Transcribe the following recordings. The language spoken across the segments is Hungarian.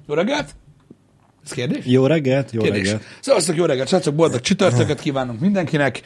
Jó reggelt! Ez kérdés? Jó reggelt, jó kérdés. reggelt. Szevasztok, jó reggelt, srácok, boldog csütörtöket kívánunk mindenkinek.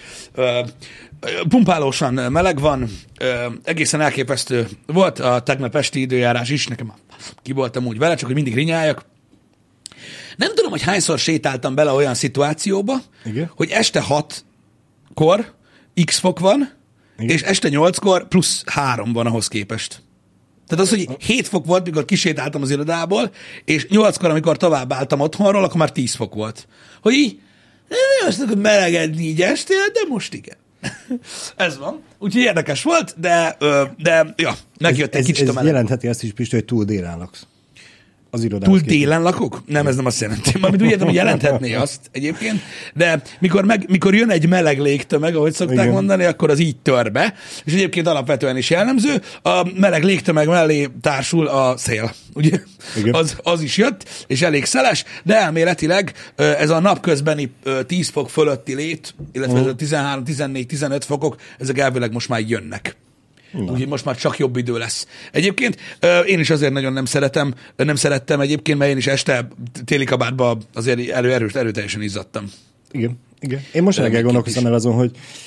Pumpálósan meleg van, egészen elképesztő volt a tegnap esti időjárás is, nekem ki voltam úgy vele, csak hogy mindig rinyáljak. Nem tudom, hogy hányszor sétáltam bele olyan szituációba, igen, hogy este 6-kor x fok van, igen, és este 8-kor plusz 3 van ahhoz képest. Tehát az, hogy 7 fok volt, mikor kisétáltam az irodából, és 8-kor, amikor tovább álltam otthonról, akkor már 10 fok volt. Hogy így, nem azt tudok melegedni így estél, de most igen. Ez van. Úgyhogy érdekes volt, de ja, megjött egy kicsit a meleg. Ez jelentheti azt is, Pisti, hogy túl délen laksz. Az túl délen lakok? Nem, ez nem azt jelenti. Mármint úgy értem, hogy jelenthetné azt egyébként, de mikor jön egy meleg légtömeg, ahogy szokták igen, mondani, akkor az így tör be, és egyébként alapvetően is jellemző. A meleg légtömeg mellé társul a szél, ugye? Az is jött, és elég szeles, de elméletileg ez a napközbeni 10 fok fölötti lét, illetve ez a 13, 14, 15 fokok, ezek elvileg most már jönnek. Úgyhogy most már csak jobb idő lesz. Egyébként én is azért nagyon nem szerettem egyébként, mert én is este téli kabátba azért erőteljesen izzadtam. Igen. Én most reggel gondolkoztam el azon, hogy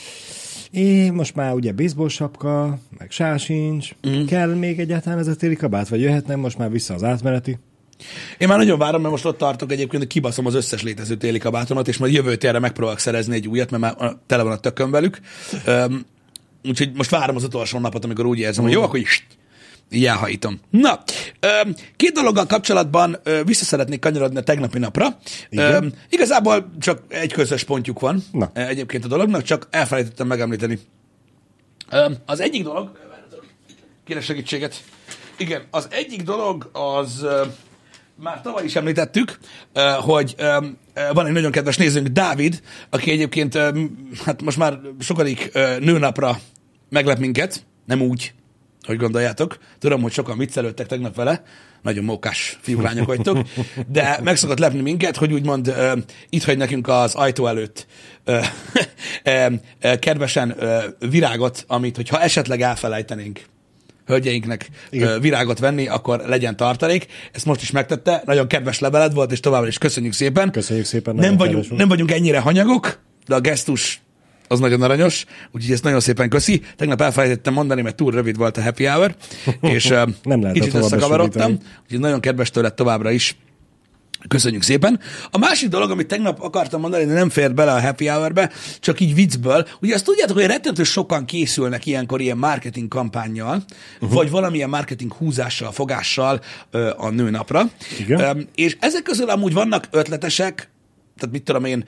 most már ugye baseball sapka, meg sásincs, kell még egyáltalán ez a téli kabát, vagy jöhetnem most már vissza az átmeneti? Én már nagyon várom, mert most ott tartok egyébként, hogy kibaszom az összes létező téli kabátomat, és majd jövő térre megpróbálok szerezni egy újat, mert már tele van a tököm velük. Úgyhogy most várom az utolsó napot, amikor úgy érzem, hogy jó, akkor így elhajítom. Na, két dologgal kapcsolatban vissza szeretnék kanyarodni a tegnapi napra. Igazából csak egy közös pontjuk van egyébként a dolognak, csak elfelejtettem megemlíteni. Az egyik dolog, kérek segítséget. Igen, az egyik dolog az, már tavaly is említettük, hogy van egy nagyon kedves nézőnk, Dávid, aki egyébként hát most már sokadik nőnapra meglep minket, nem úgy, hogy gondoljátok. Tudom, hogy sokan viccelődtek tegnap vele, nagyon mókás fiúk-lányok vagytok, de meg szokott lepni minket, hogy úgymond itt hagy nekünk az ajtó előtt kedvesen virágot, amit, hogyha esetleg elfelejtenénk hölgyeinknek virágot venni, akkor legyen tartalék. Ezt most is megtette, nagyon kedves leveled volt, és továbbra is köszönjük szépen. Köszönjük szépen. Nem vagyunk ennyire hanyagok, de a gesztus az nagyon aranyos, úgyhogy ezt nagyon szépen köszi. Tegnap elfelejtettem mondani, mert túl rövid volt a happy hour, és kicsit összekavarodtam, úgyhogy nagyon kedves tőled továbbra is. Köszönjük szépen. A másik dolog, amit tegnap akartam mondani, de nem fér bele a happy hour-be, csak így viccből, ugye azt tudjátok, hogy rettentő sokan készülnek ilyenkor ilyen marketing kampánnyal, vagy valamilyen marketing húzással, fogással a nőnapra. És ezek közül amúgy vannak ötletesek, tehát mit tudom én,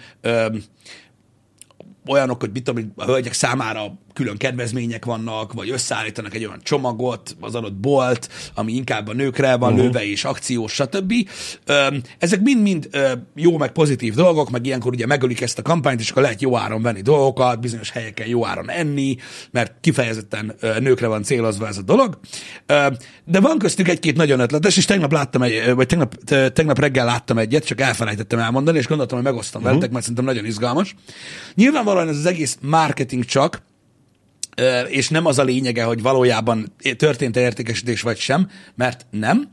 olyanok, hogy mit tudom, a hölgyek számára külön kedvezmények vannak, vagy összeállítanak egy olyan csomagot, az adott bolt, ami inkább a nőkre van lőve és akciós, stb. Ezek mind-mind jó, meg pozitív dolgok, meg ilyenkor ugye megölik ezt a kampányt, és akkor lehet jó áron venni dolgokat, bizonyos helyeken jó áron enni, mert kifejezetten nőkre van célozva ez a dolog. De van köztük egy-két nagyon ötletes, és tegnap reggel láttam egyet, csak elfelejtettem elmondani, és gondoltam, hogy megosztom veletek, mert szerintem nagyon izgalmas. Nyilvánvalóan ez az egész marketing csak, és nem az a lényege, hogy valójában történt-e értékesítés vagy sem, mert nem.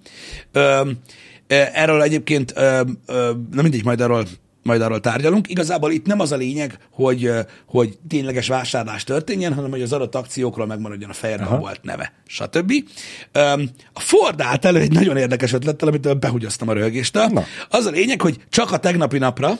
Erről egyébként, na mindegy, majd arról tárgyalunk. Igazából itt nem az a lényeg, hogy tényleges vásárlás történjen, hanem hogy az adott akciókról megmaradjon a fejemben volt neve, stb. A Ford állt elő egy nagyon érdekes ötlettel, amitől behugyoztam a röhögéstől. Az a lényeg, hogy csak a tegnapi napra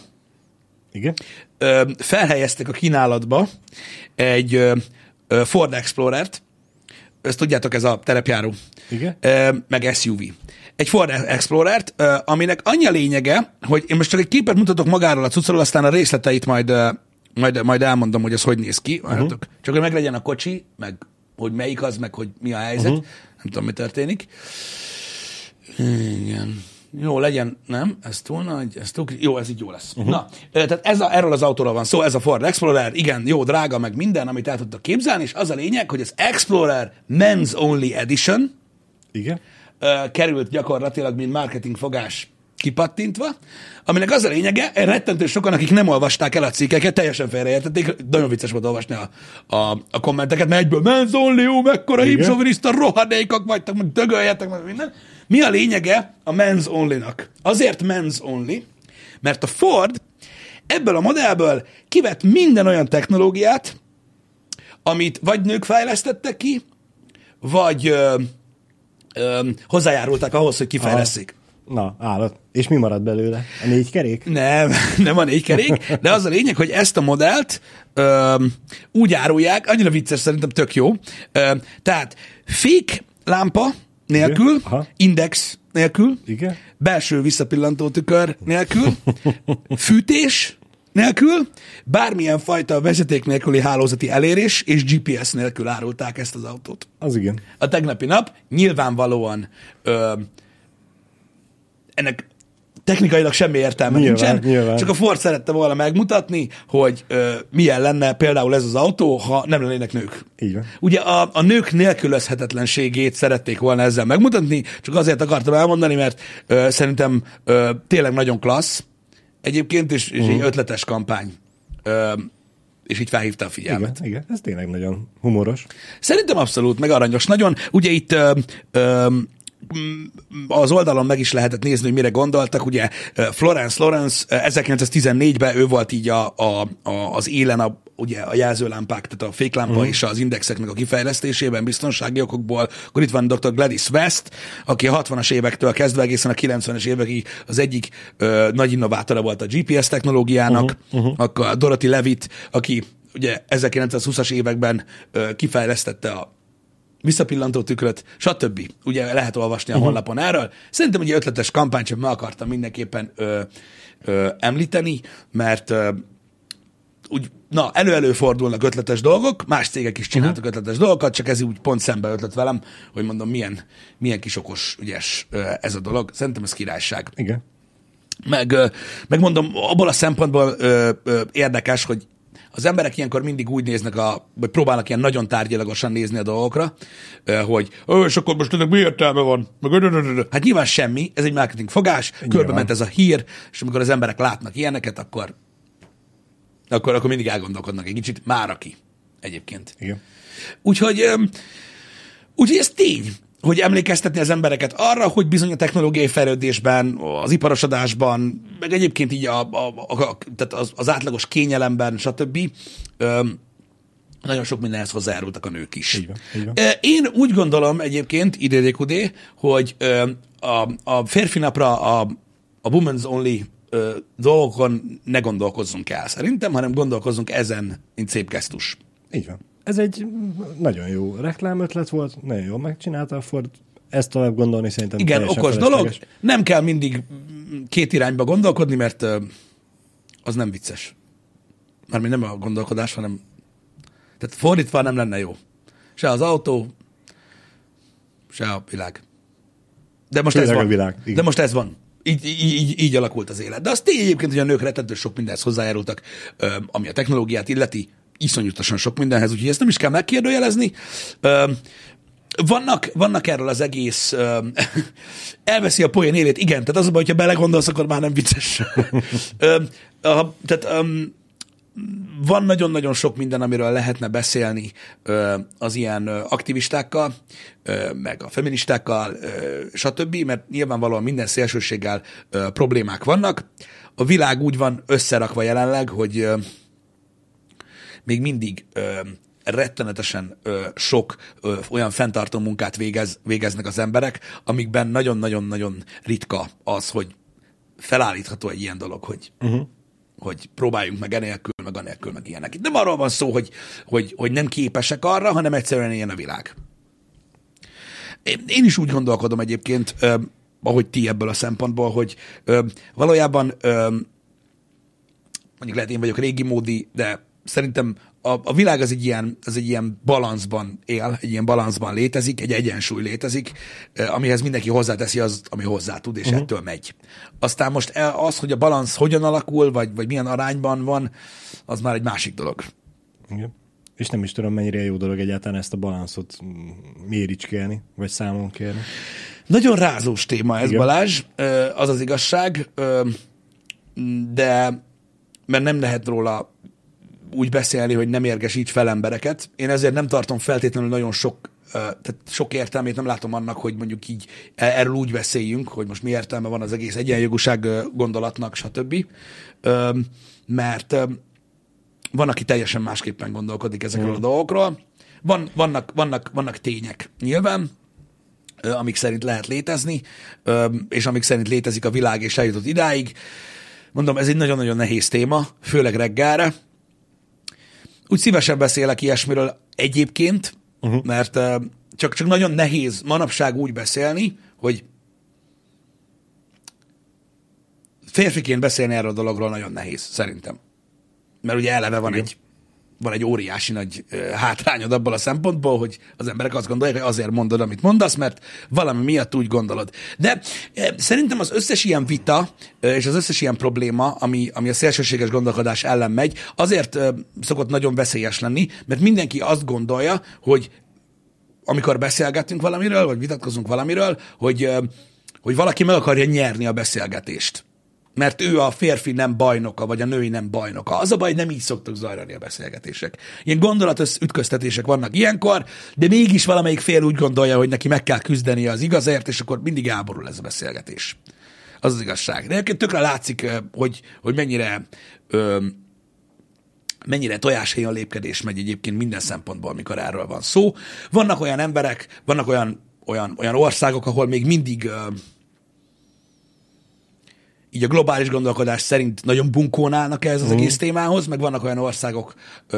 felhelyeztek a kínálatba egy Ford Explorert, ezt tudjátok, ez a terepjáró, meg SUV. Egy Ford Explorert, aminek annyi a lényege, hogy én most csak egy képet mutatok magáról a cuccról, aztán a részleteit majd elmondom, hogy ez hogy néz ki. Csak hogy meglegyen a kocsi, meg hogy melyik az, meg hogy mi a helyzet. Nem tudom, mi történik. Igen. Jó, legyen, nem, ez túl nagy, jó, ez így jó lesz. Na, tehát erről az autóról van szó, ez a Ford Explorer, igen, jó, drága, meg minden, amit el tudtak képzelni, és az a lényeg, hogy az Explorer Men's Only Edition került gyakorlatilag, mint marketing fogás kipattintva, aminek az a lényege, rettentő sokan, akik nem olvasták el a cikkeket, teljesen félreértették, nagyon vicces volt olvasni a kommenteket, mert egyből Men's Only, jó, mekkora hipsoviniszta rohadékok vagytok, meg dögöljetek, meg minden. Mi a lényege a men's only-nak? Azért men's only, mert a Ford ebből a modellből kivett minden olyan technológiát, amit vagy nők fejlesztettek ki, vagy hozzájárultak ahhoz, hogy kifejlesszék. Na, állat. És mi marad belőle? A 4 kerék? Nem a 4 kerék, de az a lényeg, hogy ezt a modellt úgy árulják, annyira vicces, szerintem tök jó. Tehát fék lámpa nélkül, index nélkül, igen, belső visszapillantó tükör nélkül, fűtés nélkül, bármilyen fajta vezeték nélküli hálózati elérés és GPS nélkül árulták ezt az autót. Az igen. A tegnapi nap nyilvánvalóan ennek technikailag semmi értelme nincsen, csak a Ford szerette volna megmutatni, hogy milyen lenne például ez az autó, ha nem lennének nők. Így van. Ugye a nők nélkülözhetetlenségét szerették volna ezzel megmutatni, csak azért akartam elmondani, mert szerintem tényleg nagyon klassz egyébként, és egy ötletes kampány. És így felhívta a figyelmet. Igen, ez tényleg nagyon humoros. Szerintem abszolút, meg aranyos nagyon. Ugye itt az oldalon meg is lehetett nézni, hogy mire gondoltak. Ugye Florence Lawrence 1914-ben ő volt így az élen ugye a jelzőlámpák, tehát a féklámpa és az indexeknek a kifejlesztésében biztonsági okokból. Akkor itt van Dr. Gladys West, aki a 60-as évektől kezdve egészen a 90-es évekig az egyik nagy innovátora volt a GPS technológiának. Akkor Dorothy Levitt, aki ugye 1920-as években kifejlesztette a visszapillantó tükröt, stb. Ugye lehet olvasni a honlapon erről. Szerintem egy ötletes kampány, csak meg akartam mindenképpen említeni, mert úgy, elő-elő fordulnak ötletes dolgok, más cégek is csináltak ötletes dolgokat, csak ez úgy pont szembe ötlet velem, hogy mondom, milyen kis okos, ügyes ez a dolog. Szerintem ez királyság. Igen. Meg mondom, abból a szempontból érdekes, hogy az emberek ilyenkor mindig úgy néznek, vagy próbálnak ilyen nagyon tárgyilagosan nézni a dolgokra, hogy és akkor most ennek mi értelme van? Hát nyilván semmi, ez egy marketing fogás, körbe ment ez a hír, és amikor az emberek látnak ilyeneket, akkor mindig elgondolkodnak egy kicsit, már aki egyébként. Igen. Úgyhogy ez tény, hogy emlékeztetni az embereket arra, hogy bizony a technológiai fejlődésben, az iparosodásban, meg egyébként így tehát az átlagos kényelemben, stb. Nagyon sok mindenhez hozzájárultak a nők is. Így van. Én úgy gondolom egyébként, idédékudé, hogy a férfi napra a Women's Only dolgokon ne gondolkozzunk el szerintem, hanem gondolkozzunk ezen, mint szép gesztus. Így van. Ez egy nagyon jó reklámötlet volt, nagyon jól megcsinálta a Ford. Ezt tovább gondolni szerintem igen, okos dolog. Nem kell mindig két irányba gondolkodni, mert az nem vicces. Mármint nem a gondolkodás, hanem tehát fordítva nem lenne jó. Se az autó, se a világ. De most ez van. De most ez van. Így alakult az élet. De az tény egyébként, hogy a nők rettentő sok mindenhez hozzájárultak, ami a technológiát illeti, iszonyatosan sok mindenhez, úgyhogy ezt nem is kell megkérdőjelezni. Vannak erről az egész elveszi a poén élét, igen, tehát az a baj, hogyha belegondolsz, akkor már nem vicces. Tehát van nagyon-nagyon sok minden, amiről lehetne beszélni az ilyen aktivistákkal, meg a feministákkal, stb., mert nyilvánvalóan minden szélsőséggel problémák vannak. A világ úgy van összerakva jelenleg, hogy még mindig rettenetesen sok olyan fenntartó munkát végeznek az emberek, amikben nagyon-nagyon-nagyon ritka az, hogy felállítható egy ilyen dolog, hogy próbáljunk meg enélkül, meg anélkül, meg ilyenek. Itt nem arról van szó, hogy nem képesek arra, hanem egyszerűen ilyen a világ. Én is úgy gondolkodom egyébként, ahogy ti ebből a szempontból, hogy valójában mondjuk lehet én vagyok régi módi, de szerintem a világ az egy ilyen balanszban él, egy ilyen balanszban létezik, egy egyensúly létezik, amihez mindenki hozzáteszi az, ami hozzá tud, és ettől megy. Aztán most az, hogy a balansz hogyan alakul, vagy milyen arányban van, az már egy másik dolog. Igen. És nem is tudom, mennyire jó dolog egyáltalán ezt a balanszot méricskélni, vagy számon kérni. Nagyon rázós téma ez, igen. Balázs, az az igazság, de mert nem lehet róla úgy beszélni, hogy nem érgesít fel embereket. Én ezért nem tartom feltétlenül nagyon sok tehát sok értelmét nem látom annak, hogy mondjuk így erről úgy beszéljünk, hogy most mi értelme van az egész egyenjogúság gondolatnak, stb. Mert van, aki teljesen másképpen gondolkodik ezekről a dolgokról. Vannak tények nyilván, amik szerint lehet létezni, és amik szerint létezik a világ, és eljutott idáig. Mondom, ez egy nagyon-nagyon nehéz téma, főleg reggelre. Úgy szívesen beszélek ilyesmiről egyébként, mert csak nagyon nehéz manapság úgy beszélni, hogy férfiként beszélni erről a dologról nagyon nehéz, szerintem. Mert ugye eleve van egy óriási nagy hátrányod abból a szempontból, hogy az emberek azt gondolják, hogy azért mondod, amit mondasz, mert valami miatt úgy gondolod. De szerintem az összes ilyen vita, és az összes ilyen probléma, ami a szélsőséges gondolkodás ellen megy, azért szokott nagyon veszélyes lenni, mert mindenki azt gondolja, hogy amikor beszélgetünk valamiről, vagy vitatkozunk valamiről, hogy valaki meg akarja nyerni a beszélgetést. Mert ő a férfi nem bajnoka, vagy a női nem bajnoka. Az a baj, nem így szoktak zajlani a beszélgetések. Ilyen gondolatütköztetések vannak ilyenkor, de mégis valamelyik fél úgy gondolja, hogy neki meg kell küzdenie az igazért, és akkor mindig elborul ez a beszélgetés. Az igazság. De tökre látszik, hogy mennyire tojáshéjon lépkedés megy egyébként minden szempontból, amikor erről van szó. Vannak olyan emberek, vannak olyan országok, ahol még mindig így a globális gondolkodás szerint nagyon bunkón állnak ez az egész témához, meg vannak olyan országok,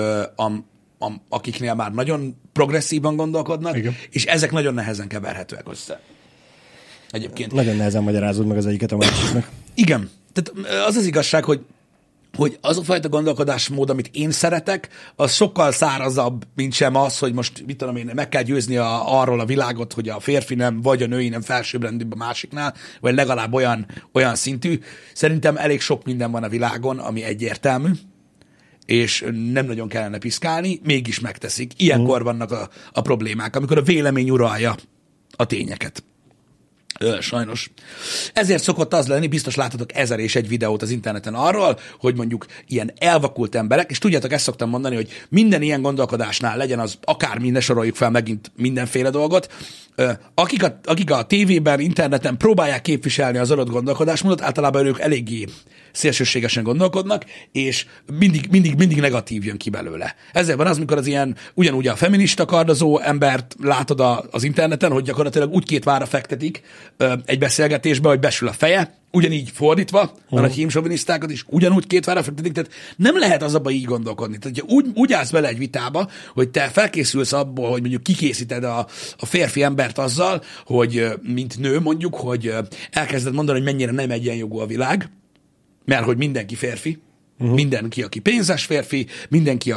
akiknél már nagyon progresszívan gondolkodnak, igen. És ezek nagyon nehezen keverhetőek össze. Egyébként. Nagyon nehezen magyarázod meg az egyiket a másiknak. Igen. Tehát az az igazság, hogy az a fajta gondolkodásmód, amit én szeretek, az sokkal szárazabb, mint sem az, hogy most, mit tudom én, meg kell győzni arról a világot, hogy a férfi nem, vagy a női nem felsőbbrendűbb a másiknál, vagy legalább olyan szintű. Szerintem elég sok minden van a világon, ami egyértelmű, és nem nagyon kellene piszkálni, mégis megteszik. Ilyenkor vannak a problémák, amikor a vélemény uralja a tényeket. Sajnos. Ezért szokott az lenni, biztos láttatok 1001 videót az interneten arról, hogy mondjuk ilyen elvakult emberek, és tudjátok, ezt szoktam mondani, hogy minden gondolkodásnál legyen az akármi, ne soroljuk fel megint mindenféle dolgot, akik a tévében, interneten próbálják képviselni az adott gondolkodásmódot, általában ők eléggé szélsőségesen gondolkodnak, és mindig negatív jön ki belőle. Ezzel van az, mikor az ilyen ugyanúgy a feminista kardozó embert látod az interneten, hogy gyakorlatilag úgy két vára fektetik egy beszélgetésbe, hogy besül a feje, ugyanígy fordítva, a nagy hímsovinisztákat is ugyanúgy két vára fektetik, tehát nem lehet az abban így gondolkodni. Tehát úgy állsz bele egy vitába, hogy te felkészülsz abból, hogy mondjuk kikészíted a férfi embert azzal, hogy mint nő mondjuk, hogy elkezded mondani, hogy mennyire nem egyenjogú a világ, mert hogy mindenki férfi, mindenki, aki pénzes férfi, mindenki,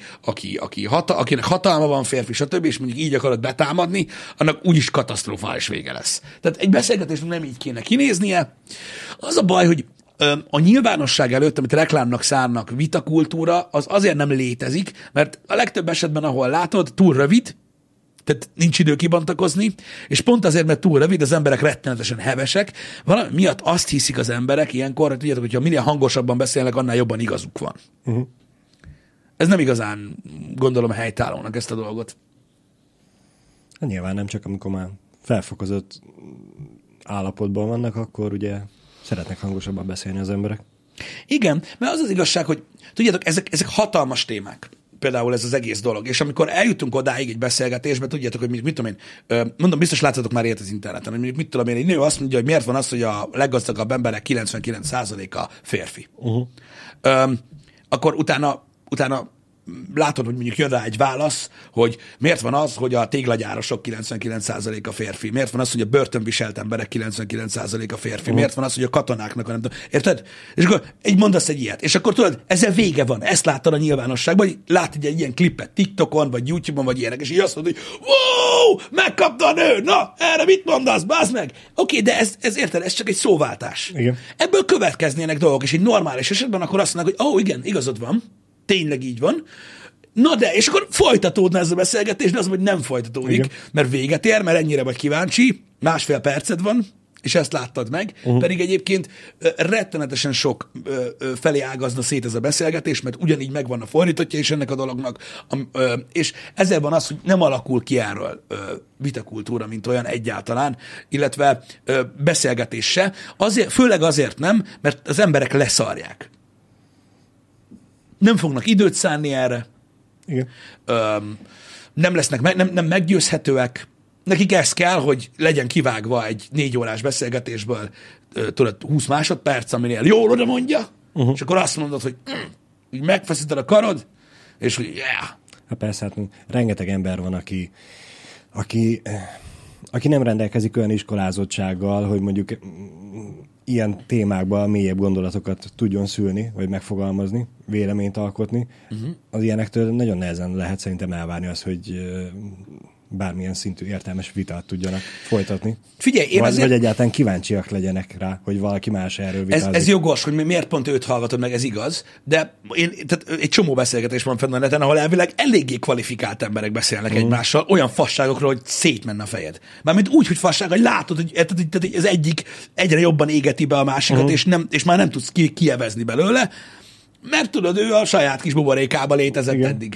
akinek hatalma van férfi, stb., és mondjuk így akarod betámadni, annak úgyis katasztrofális vége lesz. Tehát egy beszélgetésnek nem így kéne kinéznie. Az a baj, hogy a nyilvánosság előtt, amit reklámnak szánnak, vitakultúra, az azért nem létezik, mert a legtöbb esetben, ahol látod, túl rövid, tehát nincs idő kibontakozni, és pont azért, mert túl rövid, az emberek rettenetesen hevesek, valami miatt azt hiszik az emberek ilyenkor, hogy tudjátok, hogyha minél hangosabban beszélnek, annál jobban igazuk van. Ez nem igazán gondolom helytállónak ezt a dolgot. Nyilván nem, csak amikor már felfokozott állapotban vannak, akkor ugye szeretnek hangosabban beszélni az emberek. Igen, mert az az igazság, hogy tudjátok, ezek hatalmas témák. Például ez az egész dolog. És amikor eljutunk odáig egy beszélgetésbe, tudjátok, hogy mit tudom én, mondom, biztos látszatok már ilyet az interneten, hogy mondjuk mit tudom én, egy nő azt mondja, hogy miért van az, hogy a leggazdagabb emberek 99%-a férfi. Akkor utána látod, hogy mondjuk jön rá egy válasz, hogy miért van az, hogy a téglagyárosok 99%-a férfi, miért van az, hogy a börtönviselt emberek 99%-a férfi, miért van az, hogy a katonáknak, nem tudom, érted? És akkor mondasz egy ilyet, és akkor tudod, ezzel vége van, ezt láttad a nyilvánosságban, hogy lát egy ilyen klippet TikTokon, vagy YouTube-on, vagy ilyenek, és így azt mondod, hogy wow, megkapta a nő, na, erre mit mondasz, bázd meg? Oké, de ez érted, ez csak egy szóváltás. Igen. Ebből következnének dolgok, és egy normális esetben akkor azt mondják, hogy igen, igazad van, tényleg így van. Na de, és akkor folytatódna ez a beszélgetés, de az, hogy nem folytatódik, igen. Mert véget ér, mert ennyire vagy kíváncsi, 1,5 perced van, és ezt láttad meg, pedig egyébként rettenetesen sok felé ágazna szét ez a beszélgetés, mert ugyanígy megvan a fordítottja is ennek a dolognak, és ezzel van az, hogy nem alakul ki erről vitakultúra, mint olyan egyáltalán, illetve beszélgetés se, főleg azért nem, mert az emberek leszarják. Nem fognak időt szánni erre, Igen. Nem lesznek, nem meggyőzhetőek. Nekik ez kell, hogy legyen kivágva egy 4 órás beszélgetésből, tudod, 20 másodperc, aminél jól oda mondja, és akkor azt mondod, hogy így megfeszíted a karod, és hogy yeah. Hát persze, hát rengeteg ember van, aki nem rendelkezik olyan iskolázottsággal, hogy mondjuk ilyen témákban mélyebb gondolatokat tudjon szülni, vagy megfogalmazni, véleményt alkotni. Az ilyenektől nagyon nehezen lehet szerintem elvárni az, hogy bármilyen szintű értelmes vitát tudjanak folytatni. Figyelj, vagy egyáltalán kíváncsiak legyenek rá, hogy valaki más erről vitázik. Ez jogos, hogy miért pont őt hallgatod meg, ez igaz, de tehát egy csomó beszélgetés van fenn a neten, ahol elvileg eléggé kvalifikált emberek beszélnek egymással olyan fasságokról, hogy szétmenne a fejed. Mármint úgy, hogy fasság, hogy látod, hogy ez egyik egyre jobban égeti be a másikat, és már nem tudsz kievezni belőle, mert tudod, ő a saját kis buborékában létezett eddig.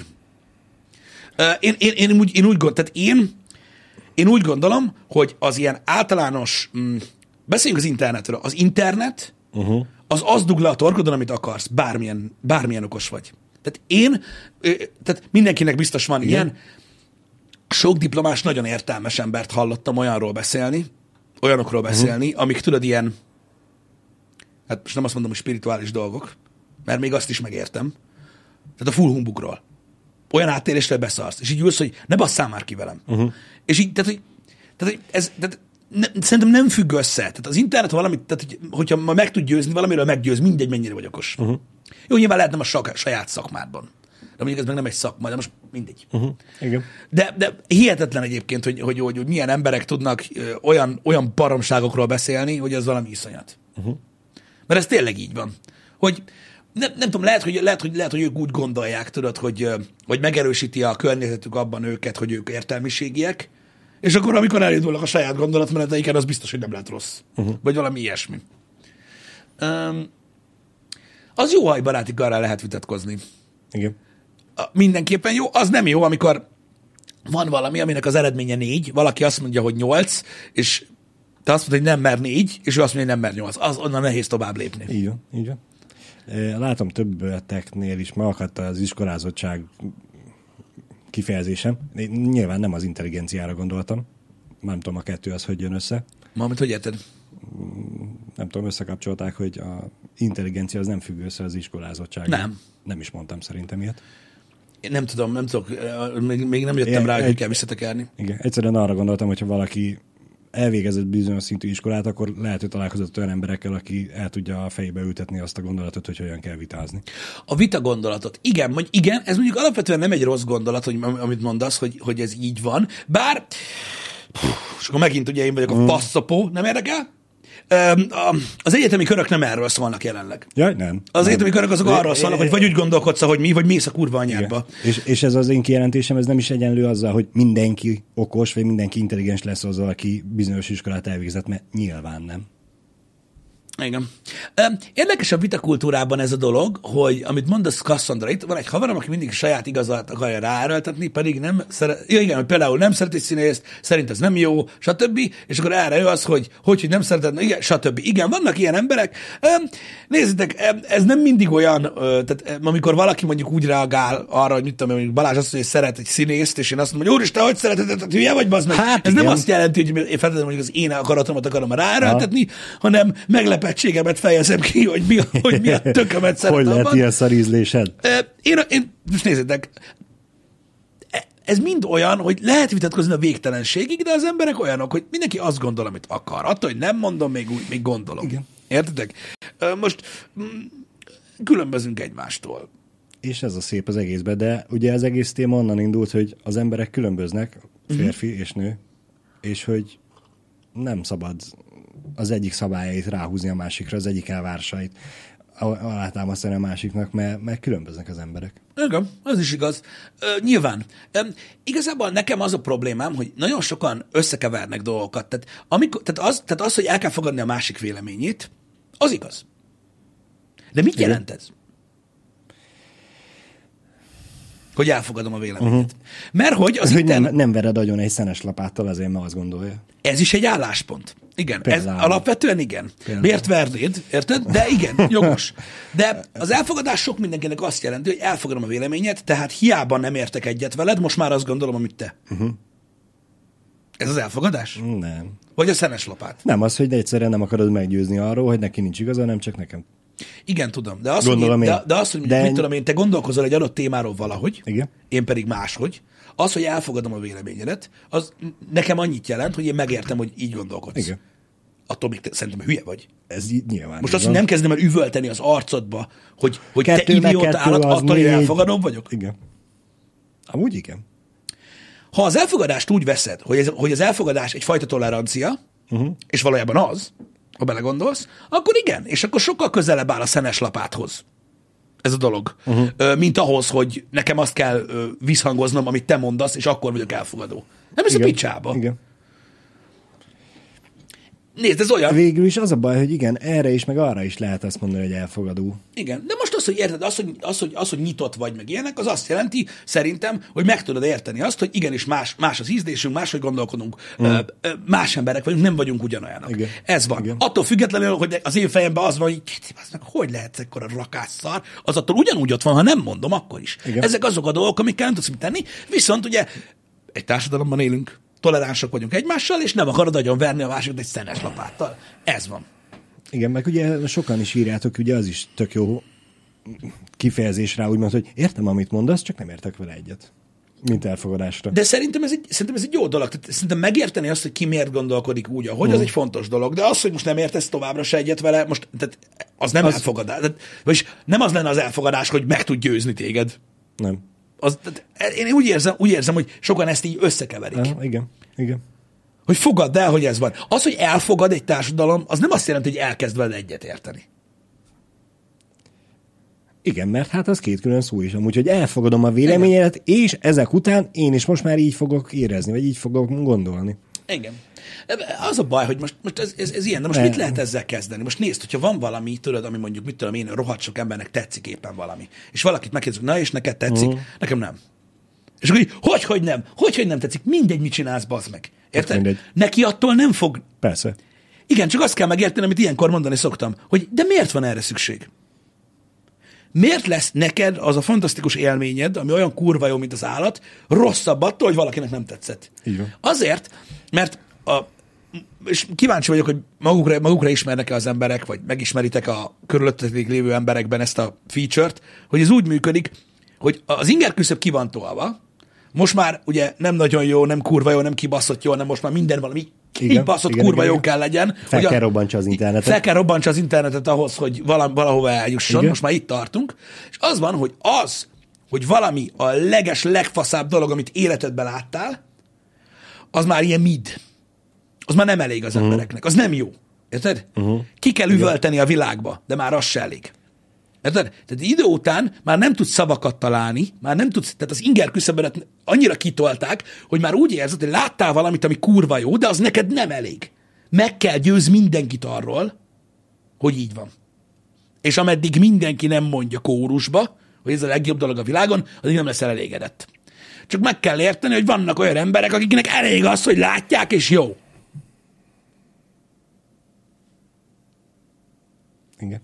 Én úgy gondolom, hogy az ilyen általános, beszéljünk az internetről, az internet az dug le a torkodon, amit akarsz, bármilyen okos vagy. Tehát mindenkinek biztos van ilyen. Sok diplomás, nagyon értelmes embert hallottam olyanokról beszélni, amik tudod ilyen, hát most nem azt mondom, hogy spirituális dolgok, mert még azt is megértem. Tehát a full humbugról. Olyan áttérésre beszarsz, és így ülsz, hogy ne basszál már ki velem. És így, szerintem nem függ össze. Tehát az internet valamit, tehát hogyha ma meg tud győzni, valamiről meggyőz, mindegy, mennyire vagy okos. Jó, nyilván lehet nem a saját szakmádban. De mondjuk ez meg nem egy szakma, de most mindegy. Igen. De hihetetlen egyébként, hogy milyen emberek tudnak olyan baromságokról beszélni, hogy az valami iszonyat. Mert ez tényleg így van. Hogy nem tudom, lehet, hogy ők úgy gondolják, tudod, hogy megerősíti a környezetük abban őket, hogy ők értelmiségiek, és akkor amikor elindulnak a saját gondolatmeneteiken, az biztos, hogy nem lehet rossz. Vagy valami ilyesmi. Az jó, ha baráti karral lehet vitatkozni. Igen. Mindenképpen jó. Az nem jó, amikor van valami, aminek az eredménye 4, valaki azt mondja, hogy 8, és te azt mondod, hogy nem mer 4, és ő azt mondja, hogy nem mer 8. Az onnan nehéz tovább lépni. Így van. Látom többeteknél is megakadt az iskolázottság kifejezésem. Nyilván nem az intelligenciára gondoltam. Nem tudom, a kettő az, hogy jön össze. Mármint, hogy érted? Nem tudom, összekapcsolták, hogy a intelligencia az nem függ össze az iskolázottsággal. Nem. Nem is mondtam szerintem ilyet. Én nem tudok, még nem jöttem rá, hogy kell visszatekerni. Igen, egyszerűen arra gondoltam, hogyha valaki elvégezett bizonyos szintű iskolát, akkor lehet, hogy találkozott olyan emberekkel, aki el tudja a fejébe ültetni azt a gondolatot, hogy hogyan kell vitázni. A vita gondolatot. Igen, ez mondjuk alapvetően nem egy rossz gondolat, hogy, amit mondasz, hogy ez így van. Bár, és akkor megint ugye én vagyok a passzapó, nem érdekel? Az egyetemi körök nem erről szólnak jelenleg. Jaj, nem. Az egyetemi körök azok arról szólnak, hogy vagy úgy gondolkodsz, hogy mi, vagy mész a kurva anyádba. És ez az én kijelentésem, ez nem is egyenlő azzal, hogy mindenki okos, vagy mindenki intelligens lesz azzal, aki bizonyos iskolát elvégzett, mert nyilván nem. Igen. Érdekes a vitakultúrában ez a dolog, hogy amit mondasz, Cassandra, itt van egy haverom, aki mindig saját igazat akarja ráerőltetni, pedig nem szeret, igen, hogy például nem szeret egy színészt, szerint ez nem jó, stb. És akkor erre ő az, hogy nem szereted, igen, stb. Igen, vannak ilyen emberek. Nézzétek, ez nem mindig olyan, tehát amikor valaki mondjuk úgy reagál arra, hogy mit tudom, mondjuk Balázs azt mondja, hogy szeret egy színészt, és én azt mondom, hogy úristen, hogy szereted, tehát hülye vagy, bazd meg. Hát, ez igen. Nem azt jelenti, hogy én feltétlenül mondjuk az én akaratomat akarom ráerőltetni, hanem meglepettségemet fejezem ki, hogy mi a tökömet szeretem. Hogy lehet ilyen szarízlésed? Én most nézzétek, ez mind olyan, hogy lehet vitatkozni a végtelenségig, de az emberek olyanok, hogy mindenki azt gondol, amit akar. Attól, hogy nem mondom, még gondolom. Igen. Értitek? Most különbözünk egymástól. És ez a szép az egészben, de ugye az egész téma onnan indult, hogy az emberek különböznek, férfi és nő, és hogy nem szabad az egyik szabályait ráhúzni a másikra, az egyik elvárásait. alátámasztani a másiknak, mert különböznek az emberek. Igen, az is igaz. Nyilván. Igazából nekem az a problémám, hogy nagyon sokan összekevernek dolgokat. Tehát az, hogy el kell fogadni a másik véleményét, az igaz. De mit jelent ez? Hogy elfogadom a véleményét. Mert hogy az hogy nem vered agyon egy szenes lapáttal, azért mert azt gondolja. Ez is egy álláspont. Igen, Például. ez alapvetően igen. Például. Miért vernéd, érted? De igen, jogos. De az elfogadás sok mindenkinek azt jelenti, hogy elfogadom a véleményet, tehát hiába nem értek egyet veled, most már azt gondolom, amit te. Ez az elfogadás? Nem. Vagy a szenes lapát? Nem az, hogy egyszerűen nem akarod meggyőzni arról, hogy neki nincs igaza, nem csak nekem. Igen, tudom. De az, Gondolom hogy, én. de az, hogy mit tudom én, te gondolkozol egy adott témáról valahogy, Igen. én pedig máshogy, az, hogy elfogadom a véleményedet, az nekem annyit jelent, hogy én megértem, hogy így gondolkodsz. Igen. Attól még te szerintem hülye vagy. Ez így nyilván. Most azt, hogy nem kezdem el üvölteni az arcodba, hogy te idióta állat, attól én elfogadom vagyok. Igen. Amúgy igen. Ha az elfogadást úgy veszed, hogy az elfogadás egyfajta tolerancia, és valójában az, ha belegondolsz, akkor igen, és akkor sokkal közelebb áll a szenes lapáthoz ez a dolog, mint ahhoz, hogy nekem azt kell visszhangoznom, amit te mondasz, és akkor vagyok elfogadó. Nem ez a picsába. Igen. Nézd, ez olyan. Végül is az a baj, hogy igen, erre is, meg arra is lehet azt mondani, hogy elfogadó. Igen, de most az, hogy érted, az, hogy nyitott vagy, meg ilyenek, az azt jelenti, szerintem, hogy meg tudod érteni azt, hogy igenis más az ízlésünk, máshogy gondolkodunk, más emberek vagyunk, nem vagyunk ugyanolyanak. Igen. Ez van. Igen. Attól függetlenül, hogy az én fejemben az van, hogy lehet ekkor a rakásszar, az attól ugyanúgy ott van, ha nem mondom, akkor is. Igen. Ezek azok a dolgok, amikkel nem tudsz mit tenni, viszont ugye egy társadalomban élünk, toleránsak vagyunk egymással, és nem akarod agyon verni a másikat egy szenes lapáttal. Ez van. Igen, meg ugye sokan is írjátok, ugye az is tök jó kifejezés rá, úgymond, hogy értem, amit mondasz, csak nem értek vele egyet. Mint elfogadásra. De szerintem ez egy jó dolog. Tehát szerintem megérteni azt, hogy ki miért gondolkodik úgy, ahogy, az egy fontos dolog. De az, hogy most nem értesz továbbra se egyet vele, most tehát az nem elfogadás. Vagyis nem az lenne az elfogadás, hogy meg tud győzni téged. Nem. Én úgy érzem, hogy sokan ezt így összekeverik. Igen. Hogy fogadd el, hogy ez van. Az, hogy elfogad egy társadalom, az nem azt jelenti, hogy elkezd vele egyet érteni. Igen, mert hát az két külön szó is amúgy, hogy elfogadom a véleményedet, és ezek után én is most már így fogok érezni, vagy így fogok gondolni. Igen. Az a baj, hogy most ez ilyen, de most mit lehet ezzel kezdeni? Most nézd, hogyha van valami, tudod, ami mondjuk, mit tudom én, rohadt sok embernek tetszik éppen valami, és valakit megkérdezik, na és neked tetszik? Nekem nem. És akkor így, hogy nem? Hogy nem tetszik? Mindegy, mit csinálsz, bazd meg. Érted? Neki attól nem fog... Persze. Igen, csak azt kell megérteni, amit ilyenkor mondani szoktam, hogy de miért van erre szükség? Miért lesz neked az a fantasztikus élményed, ami olyan kurva jó, mint az állat, rosszabb attól, hogy valakinek nem tetszett? Így van. Azért, mert és kíváncsi vagyok, hogy magukra ismernek-e az emberek, vagy megismeritek a körülöttetek lévő emberekben ezt a feature-t, hogy ez úgy működik, hogy az inger küszöb ki van tolva, most már ugye nem nagyon jó, nem kurva jó, nem kibaszott jó, hanem most már minden valami kibaszott kurva jó kell legyen. Fel kell robbantsa az internetet. Fel kell robbantsa az internetet ahhoz, hogy valahova eljusson. Igen. Most már itt tartunk. És az van, hogy valami a legfaszább dolog, amit életedben láttál, az már ilyen mid. Az már nem elég az embereknek. Az nem jó. Érted? Ki kell üvölteni a világba, de már az se elég. Érted? Tehát idő után már nem tudsz szavakat találni, már nem tudsz, tehát az inger küszöbönet annyira kitolták, hogy már úgy érzed, hogy láttál valamit, ami kurva jó, de az neked nem elég. Meg kell győzni mindenkit arról, hogy így van. És ameddig mindenki nem mondja kórusba, hogy ez a legjobb dolog a világon, addig nem leszel elégedett. Csak meg kell érteni, hogy vannak olyan emberek, akiknek elég az, hogy látják, és jó. Igen.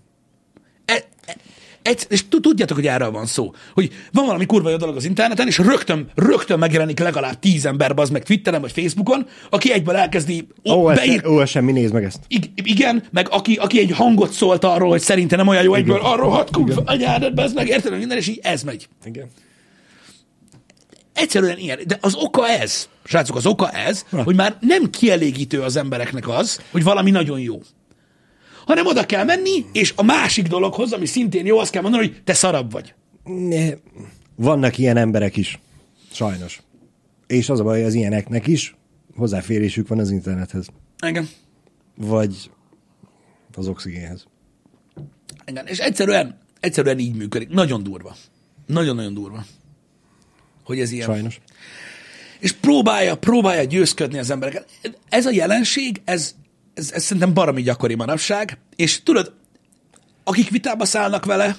És tudjátok, hogy erről van szó. Hogy van valami kurva jó dolog az interneten, és rögtön megjelenik legalább 10 ember, az meg Twitteren vagy Facebookon, aki egyből elkezdi semmi, nézd meg ezt. Igen, meg aki egy hangot szólt arról, hogy szerinte nem olyan jó, egyből arról hatkunk, anyádat, az meg érted, minden, és így ez megy. Igen. Egyszerűen ilyen. De az oka ez, srácok, az oka ez, hogy már nem kielégítő az embereknek az, hogy valami nagyon jó. Hanem oda kell menni, és a másik dologhoz, ami szintén jó, azt kell mondani, hogy te szarabb vagy. Vannak ilyen emberek is. Sajnos. És az a baj, hogy az ilyeneknek is hozzáférésük van az internethez. Igen. Vagy az oxigénhez. Igen. És egyszerűen így működik. Nagyon durva. Nagyon-nagyon durva. Hogy ez ilyen. Sajnos. És próbálja győzködni az embereket. Ez a jelenség, ez szerintem baromi gyakori manapság, és tudod, akik vitába szállnak vele,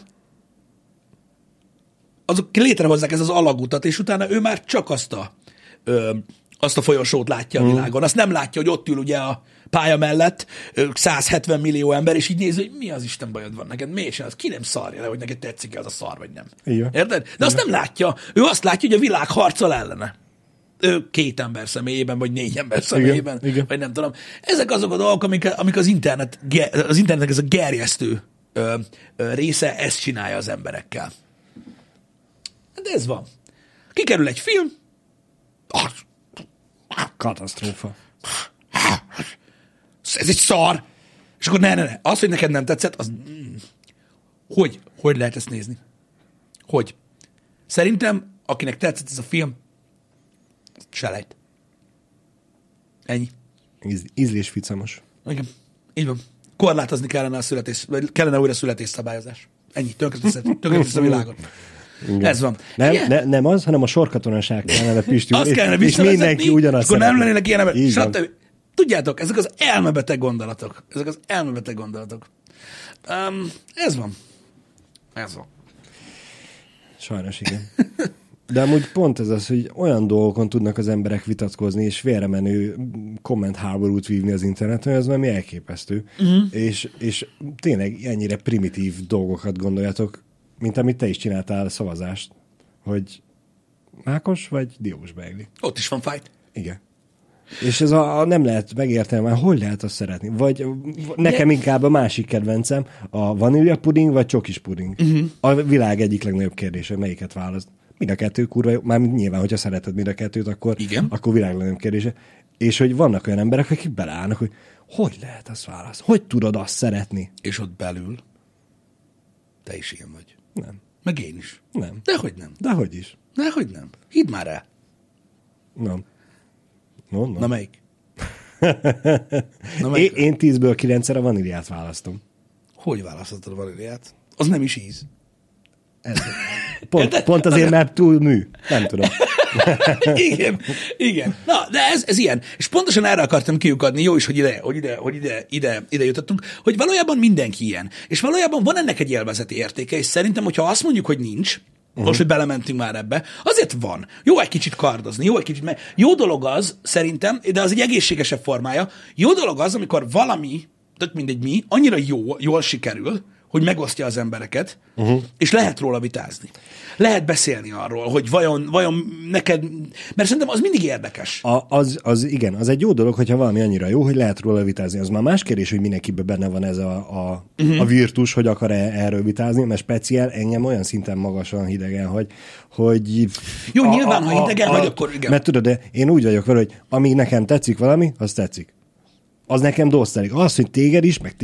azok létrehozzák ez az alagutat, és utána ő már csak azt a folyosót látja a világon. Azt nem látja, hogy ott ül ugye a pálya mellett 170 millió ember, és így nézi, hogy mi az Isten bajod van neked, miért csinálsz? Ki nem szarja le, hogy neked tetszik az a szar, vagy nem. Igen. Érted? De Igen. azt nem látja. Ő azt látja, hogy a világ harcol ellene. Ő 2 ember személyében, vagy 4 ember személyében, igen. vagy nem tudom. Ezek azok a dolgok, amik az internetnek ez a gerjesztő része, ezt csinálja az emberekkel. De ez van. Kikerül egy film, Katasztrófa. ez egy szar, és akkor ne. Az, hogy neked nem tetszett, az... Hogy lehet ezt nézni? Hogy? Szerintem, akinek tetszett ez a film, selejt. Ennyi. Ízlés ficamos. Igen. Így van. Korlátozni kellene kellene újra születésszabályozás. Ennyi. Tönkretesz a világot. Igen. Ez van. Nem az, hanem a sorkatonaság kellene, Pisti. Azt kellene és mindenki ugyanazt akkor nem lennének ilyen ember. Így Tudjátok, ezek az elmebeteg gondolatok. Ez van. Sajnos igen. De amúgy pont ez az, hogy olyan dolgokon tudnak az emberek vitatkozni, és félremenő kommentháborút vívni az interneten, hogy az valami elképesztő. És tényleg ennyire primitív dolgokat gondoljatok, mint amit te is csináltál szavazást, hogy Mákos vagy Diós beigli. Ott is van fight. Igen. És ez nem lehet megérteni, már hogy lehet azt szeretni. Vagy nekem inkább a másik kedvencem, a vanília puding vagy csokis puding. A világ egyik legnagyobb kérdése, melyiket választ. Mind a kettő kurva jó, már nyilván, hogyha szereted mind a kettőt, akkor világ legnagyobb kérdése. És hogy vannak olyan emberek, akik beleállnak, hogy lehet azt választani? Hogy tudod azt szeretni? És ott belül te is ilyen vagy. Nem. Meg én is. Nem. Dehogy nem. Dehogy is. Dehogy nem. Hidd már el. Nem. Na melyik? Én 10-ből 9-szer a vaníliát választom. Hogy választottad a vaníliát? Az nem is íz. Pont azért, mert túl mű. Nem tudom. Igen. Na, de ez ilyen. És pontosan erre akartam kiukadni, jó is, hogy ide jutottunk, hogy valójában mindenki ilyen. És valójában van ennek egy élvezeti értéke, és szerintem, hogyha azt mondjuk, hogy nincs, most, hogy belementünk már ebbe, azért van. Jó egy kicsit kardozni, jó dolog az, szerintem, de az egy egészségesebb formája, jó dolog az, amikor valami, tök mindegy mi, annyira jól sikerül, hogy megosztja az embereket, és lehet róla vitázni. Lehet beszélni arról, hogy vajon neked... Mert szerintem az mindig érdekes. Igen, az egy jó dolog, hogyha valami annyira jó, hogy lehet róla vitázni. Az már más kérdés, hogy mindenkiben benne van ez a virtus, hogy akar-e erről vitázni, mert speciál engem olyan szinten magasan hidegen, hogy jó, nyilván, ha hidegen vagy, akkor igen. Mert tudod, de én úgy vagyok vele, hogy amíg nekem tetszik valami, az tetszik. Az nekem dosztelik. Az, hogy téged is, meg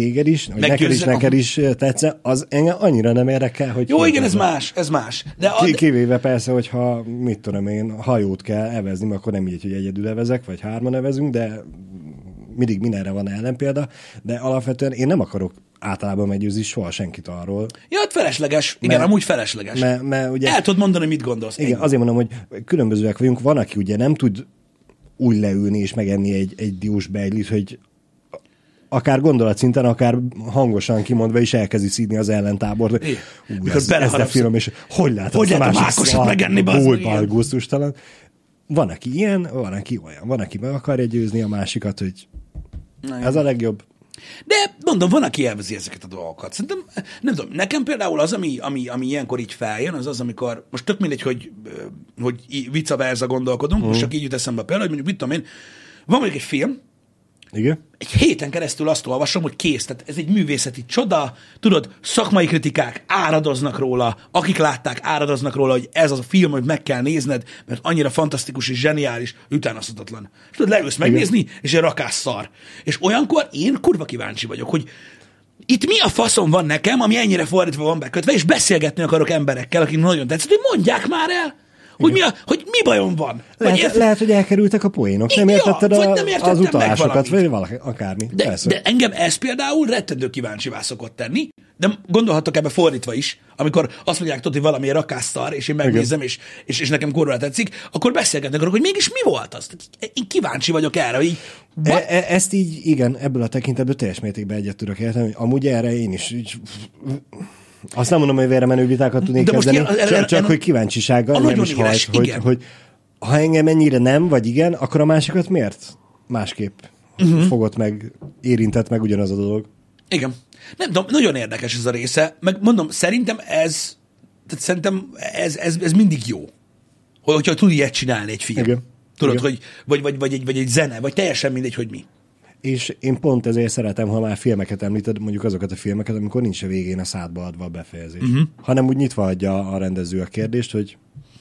neked is tetsze, az engem annyira nem érdekel, hogy... Jó, igen, ez más. De kivéve persze, hogyha, mit tudom én, hajót kell evezni, akkor nem így, hogy egyedül evezek, vagy 3 evezünk, de mindig mindenre van ellenpélda, de alapvetően én nem akarok általában meggyőzni soha senkit arról. Ja, hát felesleges. Igen, amúgy felesleges. Mert ugye... El tudod mondani, mit gondolsz. Igen, azért mondom, hogy különbözőek vagyunk. Van, aki ugye nem tud úgy leülni és megenni egy diós beiglit, hogy akár gondolatszinten, akár hangosan kimondva is elkezdi szídni az ellentábort. Ez de film, és hogy lehet a másik megenni, gusztustalan. Van, aki ilyen, van, aki olyan. Van, aki meg akarja győzni a másikat, hogy ez a legjobb. De mondom, van, aki élvezi ezeket a dolgokat. Szerintem, nem tudom, nekem például az, ami ilyenkor így feljön, az, amikor, most tök mindegy, hogy vice versa gondolkodunk, most csak így jut eszembe például, hogy mondjuk, mit tudom én, van mondjuk egy film, igen? Egy héten keresztül azt olvasom, hogy kész, tehát ez egy művészeti csoda, tudod, szakmai kritikák áradoznak róla, akik látták, áradoznak róla, hogy ez az a film, hogy meg kell nézned, mert annyira fantasztikus és zseniális, utánozhatatlan. És tudod, leülsz megnézni, és egy rakás szar. És olyankor én kurva kíváncsi vagyok, hogy itt mi a faszom van nekem, ami ennyire fordítva van bekötve, és beszélgetni akarok emberekkel, akik nagyon tetszett, hogy mondják már el, hogy mi bajom van. Lehet, hogy elkerültek a poénok. Nem értetted az utalásokat, vagy akármi. De engem ez például rettentő kíváncsivá szokott tenni, de gondolhattok ebbe fordítva is, amikor azt mondják, tudod, hogy valami rakásszar, és én megnézem, és nekem kurva tetszik, akkor beszélgetnek arról, hogy mégis mi volt az? Én kíváncsi vagyok erre, hogy így, ezt így, igen, ebből a tekintetből teljes mértékben egyet tudok érteni, hogy amúgy erre én is így, azt nem mondom, hogy vére menő vitákat tudnék kezdeni, csak hogy kíváncsisággal nem is hajt, hogy ha engem ennyire nem, vagy igen, akkor a másikat miért másképp fogott meg, érintett meg ugyanaz a dolog. Igen. Nem tudom, nagyon érdekes ez a része, meg mondom, szerintem ez mindig jó, hogyha tud ilyet csinálni egy film. Igen. Tudod, Igen. hogy vagy egy zene, vagy teljesen mindegy, hogy mi. És én pont ezért szeretem, ha már filmeket említed, mondjuk azokat a filmeket, amikor nincs a végén a szádba adva a befejezés. Hanem úgy nyitva adja a rendező a kérdést, hogy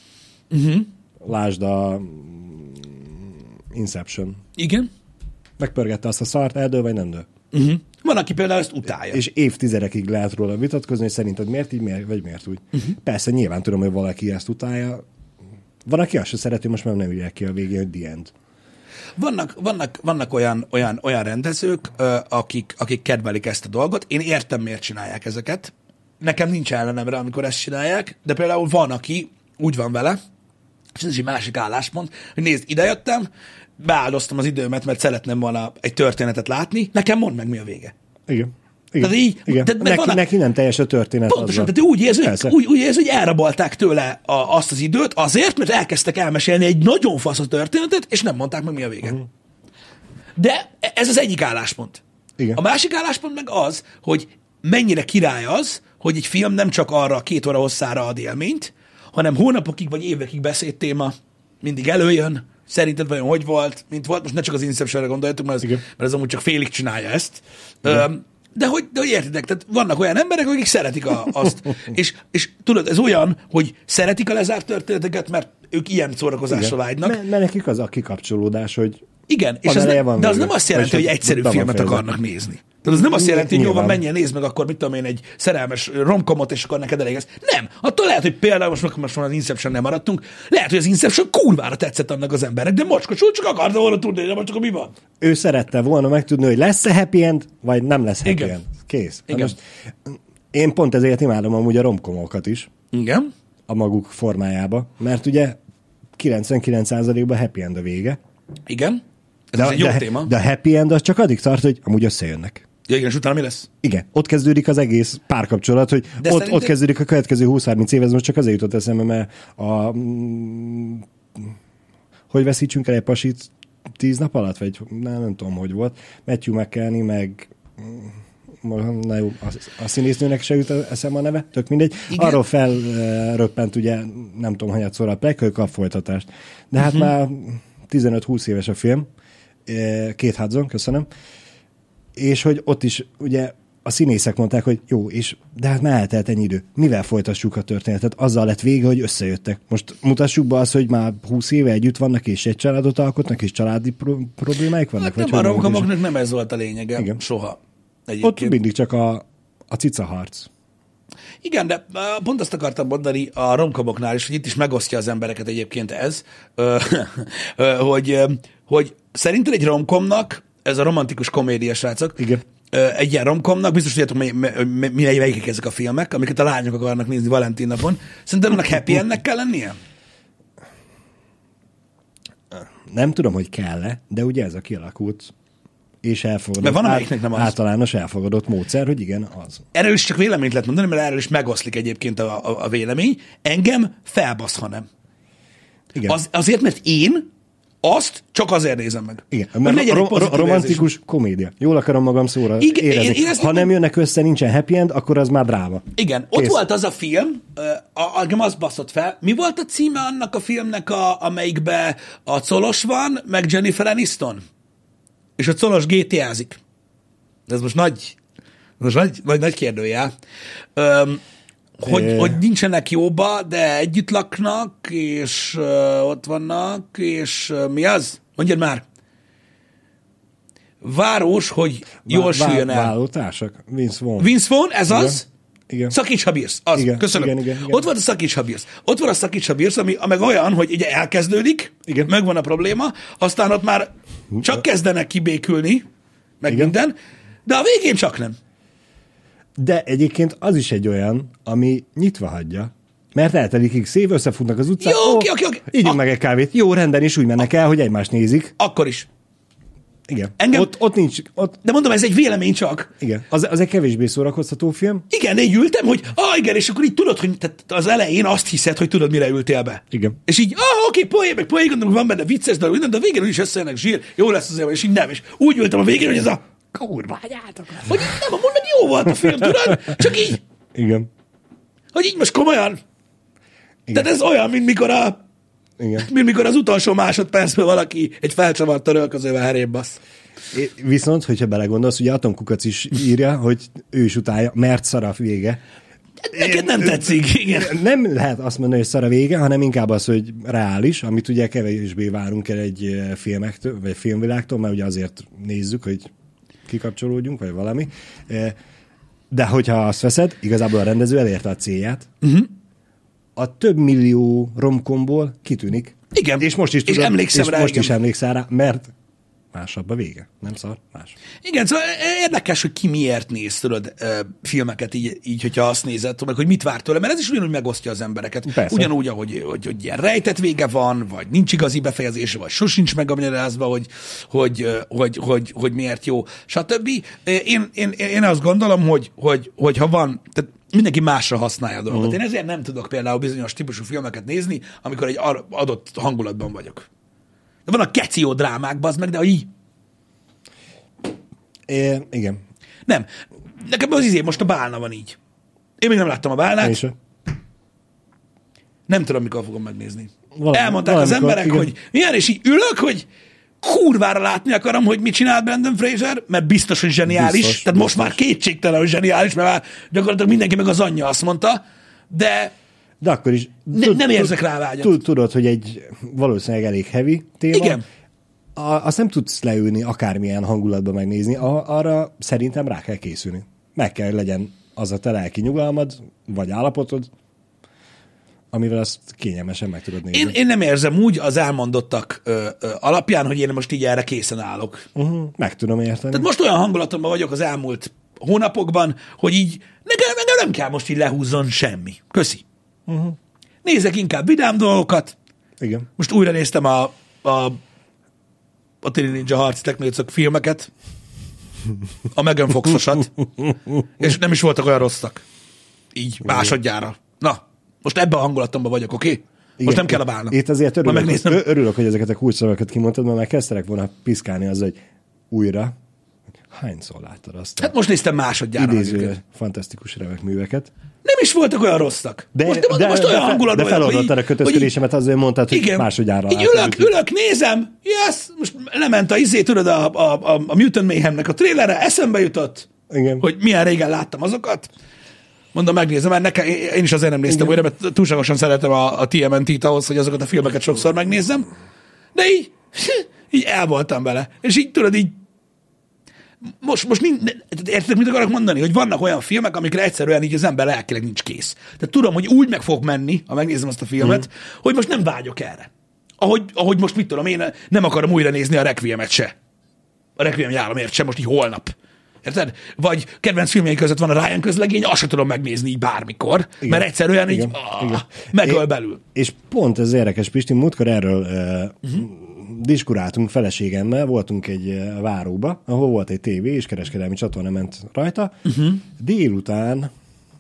lásd a Inception. Igen. Megpörgette azt a szart, eldől vagy nem dől. Van, aki például ezt utálja. És évtizedekig lehet róla vitatkozni, hogy szerinted miért így, vagy miért úgy. Persze nyilván tudom, hogy valaki ezt utálja. Van, aki azt se szereti, most már nem írják ki a végén, hogy the end. Vannak olyan rendezők, akik kedvelik ezt a dolgot. Én értem, miért csinálják ezeket. Nekem nincs ellenemre, amikor ezt csinálják, de például van, aki úgy van vele, és ez is egy másik álláspont, hogy nézd, idejöttem, beáldoztam az időmet, mert szeretném volna egy történetet látni, nekem mondd meg, mi a vége. Igen. Tehát így, igen. Neki nem teljes a történet. Pontosan, tehát úgy érzi, hogy elrabolták tőle azt az időt azért, mert elkezdtek elmesélni egy nagyon fasz történetet, és nem mondták meg, mi a vége. De ez az egyik álláspont. Igen. A másik álláspont meg az, hogy mennyire király az, hogy egy film nem csak arra 2 óra hosszára ad élményt, hanem hónapokig vagy évekig beszédtéma mindig előjön. Szerinted vajon hogy volt, mint volt? Most ne csak az Inception-re gondoljatok, mert ez amúgy csak félig csinálja ezt. De hogy értitek, tehát vannak olyan emberek, akik szeretik azt. és tudod, ez olyan, hogy szeretik a lezárt történeteket, mert ők ilyen szórakozásra vágynak. Mert nekik az a kikapcsolódás, hogy igen, és de az nem azt jelenti, hogy egyszerű filmet akarnak nézni. Tehát az nem azt jelenti, hogy jó van, menjen, nézd meg akkor, mit tudom én, egy szerelmes romkomot, és akkor neked elég ez. Nem. Attól lehet, hogy például most már az Inception-nél maradtunk, lehet, hogy az Inception kurvára tetszett annak az emberek, de mocskosul csak akarta volna tudni, hogy csak mi van. Ő szerette volna megtudni, hogy lesz-e happy end, vagy nem lesz happy end. Kész. Igen. Most én pont ezért imádom amúgy a romkomokat is. Igen. A maguk formájába, mert ugye 99%-ban happy end a vége. Igen. Ez egy jó téma. De a happy end az csak addig tart, hogy amúgy összejönnek. Ja, igen, és utána mi lesz? Igen, ott kezdődik az egész párkapcsolat, hogy ott kezdődik a következő 20-30 év, ez most csak azért jutott eszembe, mert hogy veszítsünk el egy pasit 10 nap alatt, vagy nem tudom, hogy volt. Matthew McConaughey, meg na jó, a színésznőnek se jut eszembe a neve, tök mindegy. Igen. Arról felröppent ugye, nem tudom, hanyatszor a Plek, kap folytatást. De hát már 15-20 éves a film, Kate Hudson, köszönöm, és hogy ott is ugye a színészek mondták, hogy jó, de hát már eltelt ennyi idő. Mivel folytassuk a történetet? Azzal lett vége, hogy összejöttek. Most mutassuk be azt, hogy már 20 éve együtt vannak, és egy családot alkotnak, és családi problémáik vannak? Hát nem, a romkomoknak nem ez volt a lényege. Igen. Soha. Egyébként. Ott mindig csak a cica harc. Igen, de pont azt akartam mondani a romkomoknál is, hogy itt is megosztja az embereket egyébként ez, hogy szerinted egy romkomnak, ez a romantikus komédia, srácok, igen. Egy ilyen romkomnak, biztos tudjátok, melyikek ezek a filmek, amiket a lányok akarnak nézni Valentin napon. Szerintem annak happy endnek kell lennie? Nem tudom, hogy kell-e, de ugye ez a kialakult és elfogadott, van, amelyiknek nem az. Általános elfogadott módszer, hogy igen, az. Erről is csak véleményt lehet mondani, mert erről is megoszlik egyébként a vélemény. Engem felbasz, ha nem. Igen. Azért, mert én azt csak azért nézem meg. Igen, mert a romantikus komédia. Jól akarom magam szóra érezni. Ha nem jönnek össze, nincsen happy end, akkor az már dráma. Igen, kész. Ott volt az a film, engem az baszott fel. Mi volt a címe annak a filmnek, amelyikben a Colos van, meg Jennifer Aniston? És a Colos GTA-zik. Ez most nagy kérdőjel. Hogy nincsenek jóba, de együtt laknak, és ott vannak, és mi az? Mondjad már. Város, hogy jól süljön el. Vállótársak? Vince Vaughn. Vince Vaughn, ez igen. az? Igen. Szakíts, ha bírsz. Az. Igen. Köszönöm. Igen. Ott volt a Szakíts, ha bírsz. Ott van a Szakíts, ha bírsz, ami meg olyan, hogy ugye elkezdődik, igen. Megvan a probléma, aztán ott már csak kezdenek kibékülni, meg igen. Minden, de a végén csak nem. De egyébként az is egy olyan, ami nyitva hagyja. Mert eltelik x év, összefutnak az utcán. Jó, oké. Ígyunk meg egy kávét. Jó, rendben, és úgy mennek el, hogy egymást nézik. Akkor is. Igen. Engem... Ott nincs... De mondom, ez egy vélemény csak. Igen. Az egy kevésbé szórakoztató film. Igen, de így ültem, hogy igen, és akkor így tudod, hogy tehát az elején azt hiszed, hogy tudod, mire ültél be. Igen. És így, oké, poén, gondolom, van benne vicces dolog, minden, de a végén úgyis összejönnek zsír, jó lesz azért, és így nem. És úgy ültem a végén, hogy ez a kurva anyátok. Hogy így nem, mondom, jó volt a film, tudod? Csak így. Igen. Hogy így most komolyan. Igen. Tehát ez olyan, mint mikor az utolsó másodpercben valaki egy felcsavart törölközővel herébb basz. Viszont, hogyha belegondolsz, ugye Atomkukac is írja, hogy ő is utálja, mert szar a vége. Neked nem tetszik, igen. Nem lehet azt mondani, hogy szar a vége, hanem inkább az, hogy reális, amit ugye kevésbé várunk el egy filmektől, vagy filmvilágtól, mert ugye azért nézzük, hogy kikapcsolódjunk, vagy valami. De hogyha azt veszed, igazából a rendező elérte a célját, a több millió romkomból kitűnik. Igen, és most is tudod, és emlékszem rá, most is emlékszel rá, mert másabb a vége. Nem szar, más. Igen, szóval érdekes, hogy ki miért néz, tudod, filmeket így, hogyha azt nézed, meg hogy mit vár tőle, mert ez is ugyanúgy megosztja az embereket. Persze. Ugyanúgy, hogy ilyen rejtett vége van, vagy nincs igazi befejezése, vagy sosincs megmagyarázva, hogy miért jó, stb. Én azt gondolom, hogy ha van, tehát mindenki másra használja a dolgot. Én ezért nem tudok például bizonyos típusú filmeket nézni, amikor egy adott hangulatban vagyok. De van a keció drámákban, az meg, de így. Igen. Nem. Nekem az most a Bálna van így. Én még nem láttam a Bálnát. Nem tudom, mikor fogom megnézni. Elmondták az emberek, igen. Hogy milyen, és így ülök, hogy kurvára látni akarom, hogy mit csinál Brendan Fraser, mert biztos, hogy zseniális. Biztos. Most már kétségtelen, hogy zseniális, mert már gyakorlatilag mindenki meg az anyja azt mondta, de akkor is nem érzek rá vágyat. Tudod, hogy egy valószínűleg elég heavy téma. Igen. Azt nem tudsz leülni akármilyen hangulatban megnézni, arra szerintem rá kell készülni. Meg kell legyen az a te lelki nyugalmad, vagy állapotod, amivel azt kényelmesen meg tudod nézni. Én nem érzem úgy az elmondottak alapján, hogy én most így erre készen állok. Meg tudom érteni. Tehát most olyan hangulatomban vagyok az elmúlt hónapokban, hogy így nekem nem kell most így lehúzzon semmi. Köszi. Nézek inkább vidám dolgokat. Igen. Most újra néztem a Teenage Ninja Harci Teknőcök filmeket, a Megan Fox-osat, és nem is voltak olyan rosszak. Így, másodjára. Na, most ebben a hangulatomban vagyok, oké? Most nem kell a Bálna. Itt azért örülök, hogy ezeket a kulcsszavakat kimondtad, mert már kezdtek volna piszkálni az, hogy újra. Hányszor láttad azt? Hát most néztem másodjára. Idéző fantasztikus remek műveket. Nem is voltak olyan rosszak. Most olyan hangulatban vagyok. De feloldottád a kötözködésemet, azért mondtad, hogy igen, másodjára láttam. Ülök, nézem, most lement tudod, a Mutant Mayhemnek a trailerre, eszembe jutott, igen. Hogy milyen régen láttam azokat. Mondom, megnézem, mert én is azért nem néztem újra, mert túlságosan szeretem a TMNT-t ahhoz, hogy azokat a filmeket sokszor megnézzem. De így el voltam vele. És így tudod, így most érted, mit akarok mondani? Hogy vannak olyan filmek, amikre egyszerűen így az ember lelkileg nincs kész. Tehát tudom, hogy úgy meg fog menni, ha megnézem azt a filmet, hogy most nem vágyok erre. Ahogy most mit tudom, én nem akarom újra nézni a Requiemet se. A Requiem nyálamért se, most így holnap. Érted? Vagy kedvenc filmjeink között van a Ryan közlegény, azt sem tudom megnézni így bármikor, igen. Mert egyszerűen így megöl belül. És pont ez érdekes, Pisti, múltkor erről diskuráltunk feleségemmel, voltunk egy váróba, ahol volt egy tévé, és kereskedelmi csatorna ment rajta. Délután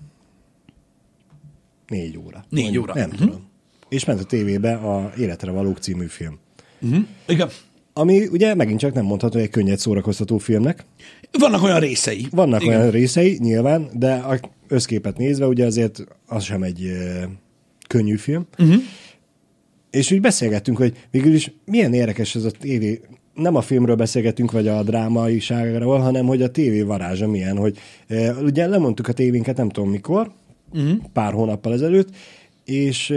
4 óra. 4 óra. Nem tudom. És ment a tévébe a Életre valók című film. Igen. Ami ugye megint csak nem mondható egy könnyed szórakoztató filmnek. Vannak olyan részei. Vannak olyan részei, nyilván, de a összképet nézve ugye azért az sem egy könnyű film. És úgy beszélgettünk, hogy végül is milyen érdekes ez a tévé. Nem a filmről beszélgettünk, vagy a drámaiságról, hanem hogy a tévé varázsa milyen, hogy ugye lemondtuk a tévénket nem tudom mikor, pár hónappal ezelőtt, és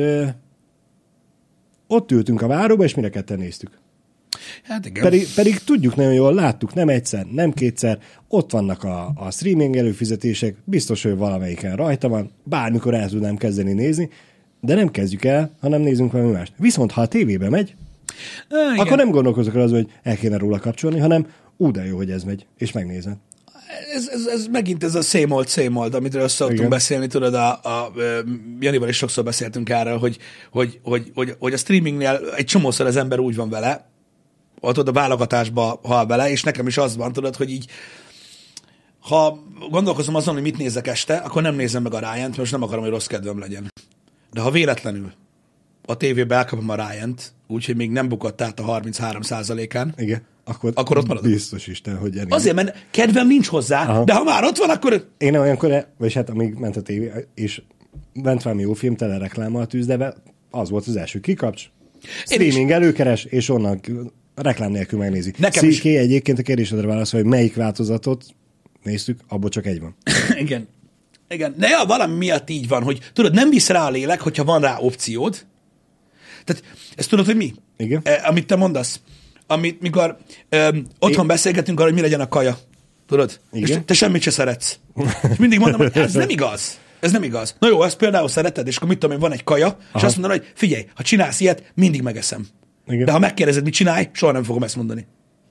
ott ültünk a váróba, és mire ketten néztük. Hát igen. Pedig tudjuk nagyon jól, láttuk, nem egyszer, nem kétszer, ott vannak a streaming előfizetések, biztos, hogy valamelyiken rajta van, bármikor el tudnám kezdeni nézni, de nem kezdjük el, hanem nézzünk valami mást. Viszont ha a tévébe megy, akkor nem gondolkozok az, hogy el kéne róla kapcsolni, hanem de jó, hogy ez megy, és megnézed. ez megint ez a same old, amitről szoktunk beszélni, tudod, a Janival is sokszor beszéltünk erről, hogy a streamingnél egy csomószor az ember úgy van vele, tudod, a válogatásba hal vele, és nekem is az van, tudod, hogy így ha gondolkozom azon, hogy mit nézek este, akkor nem nézem meg a Ryant, most nem akarom, hogy rossz kedvem legyen. De ha véletlenül a tévébe elkapom a Ryant, úgyhogy még nem bukott át a 33%-án, igen. Akkor ott maradok. Biztos Isten, hogy elég. Azért, mert kedvem nincs hozzá, aha. De ha már ott van, akkor... Én olyankor, vagy hát amíg ment a tévé, és ment valami jó film, tele reklámmal tűzdeve, az volt az első kikapcs. Streaming előkeres, és onnan reklám nélkül megnézi. Széké egyébként a kérdésedre válaszol, hogy melyik változatot néztük, abból csak egy van. Igen. Igen. De ja, valami miatt így van, hogy tudod, nem visz rá a lélek, hogyha van rá opciód. Tehát ezt tudod, hogy mi? Igen. Amit te mondasz. Mikor otthon beszélgetünk arra, hogy mi legyen a kaja. Tudod? Igen. És te semmit se szeretsz. És mindig mondom, hogy ez nem igaz. Ez nem igaz. Na jó, ezt például szereted, és akkor mit tudom én, van egy kaja, aha. És azt mondod, hogy figyelj, ha csinálsz ilyet, mindig megeszem. Igen. De ha megkérdezed, mit csinálj, soha nem fogom ezt mondani.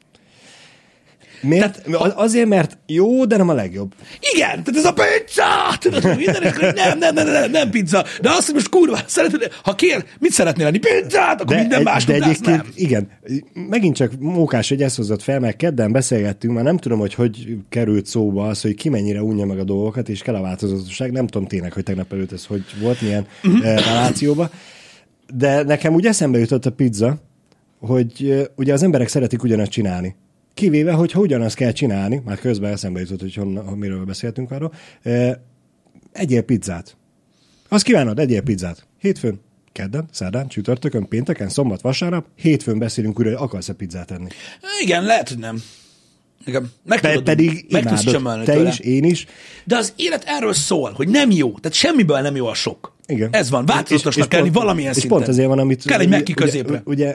Miért? Tehát, azért, mert jó, de nem a legjobb. Igen, tehát ez a pizza! Tudod, minden, nem pizza. De azt, hogy most kurva, szeretnél, ha kér, mit szeretnél lenni? Pizzát? Akkor minden más nem. Igen, megint csak mókás, hogy ezt hozott fel, mert kedden beszélgettünk, már nem tudom, hogy került szóba az, hogy ki mennyire unja meg a dolgokat, és kell a változatosság. Nem tudom tényleg, hogy tegnap előtt ez hogy volt, milyen relációban. De nekem úgy eszembe jutott a pizza, hogy ugye az emberek szeretik ugyanazt csinálni. Kivéve, hogyha ugyanazt kell csinálni, már közben eszembe jutott, hogy miről beszéltünk arról, egyél pizzát. Azt kívánod, egyél pizzát. Hétfőn, kedden, szerdán, csütörtökön, pénteken, szombat, vasárnap, hétfőn beszélünk újra, hogy akarsz-e pizzát enni. Igen, lehet, hogy nem. Igen. Pedig imádod, te is, én is. De az élet erről szól, hogy nem jó, tehát semmiből nem jó a sok. Igen. Ez van, változatosnak kell valamilyen szinten. És pont azért van, amit... Kell egy Mekki középre. Ugye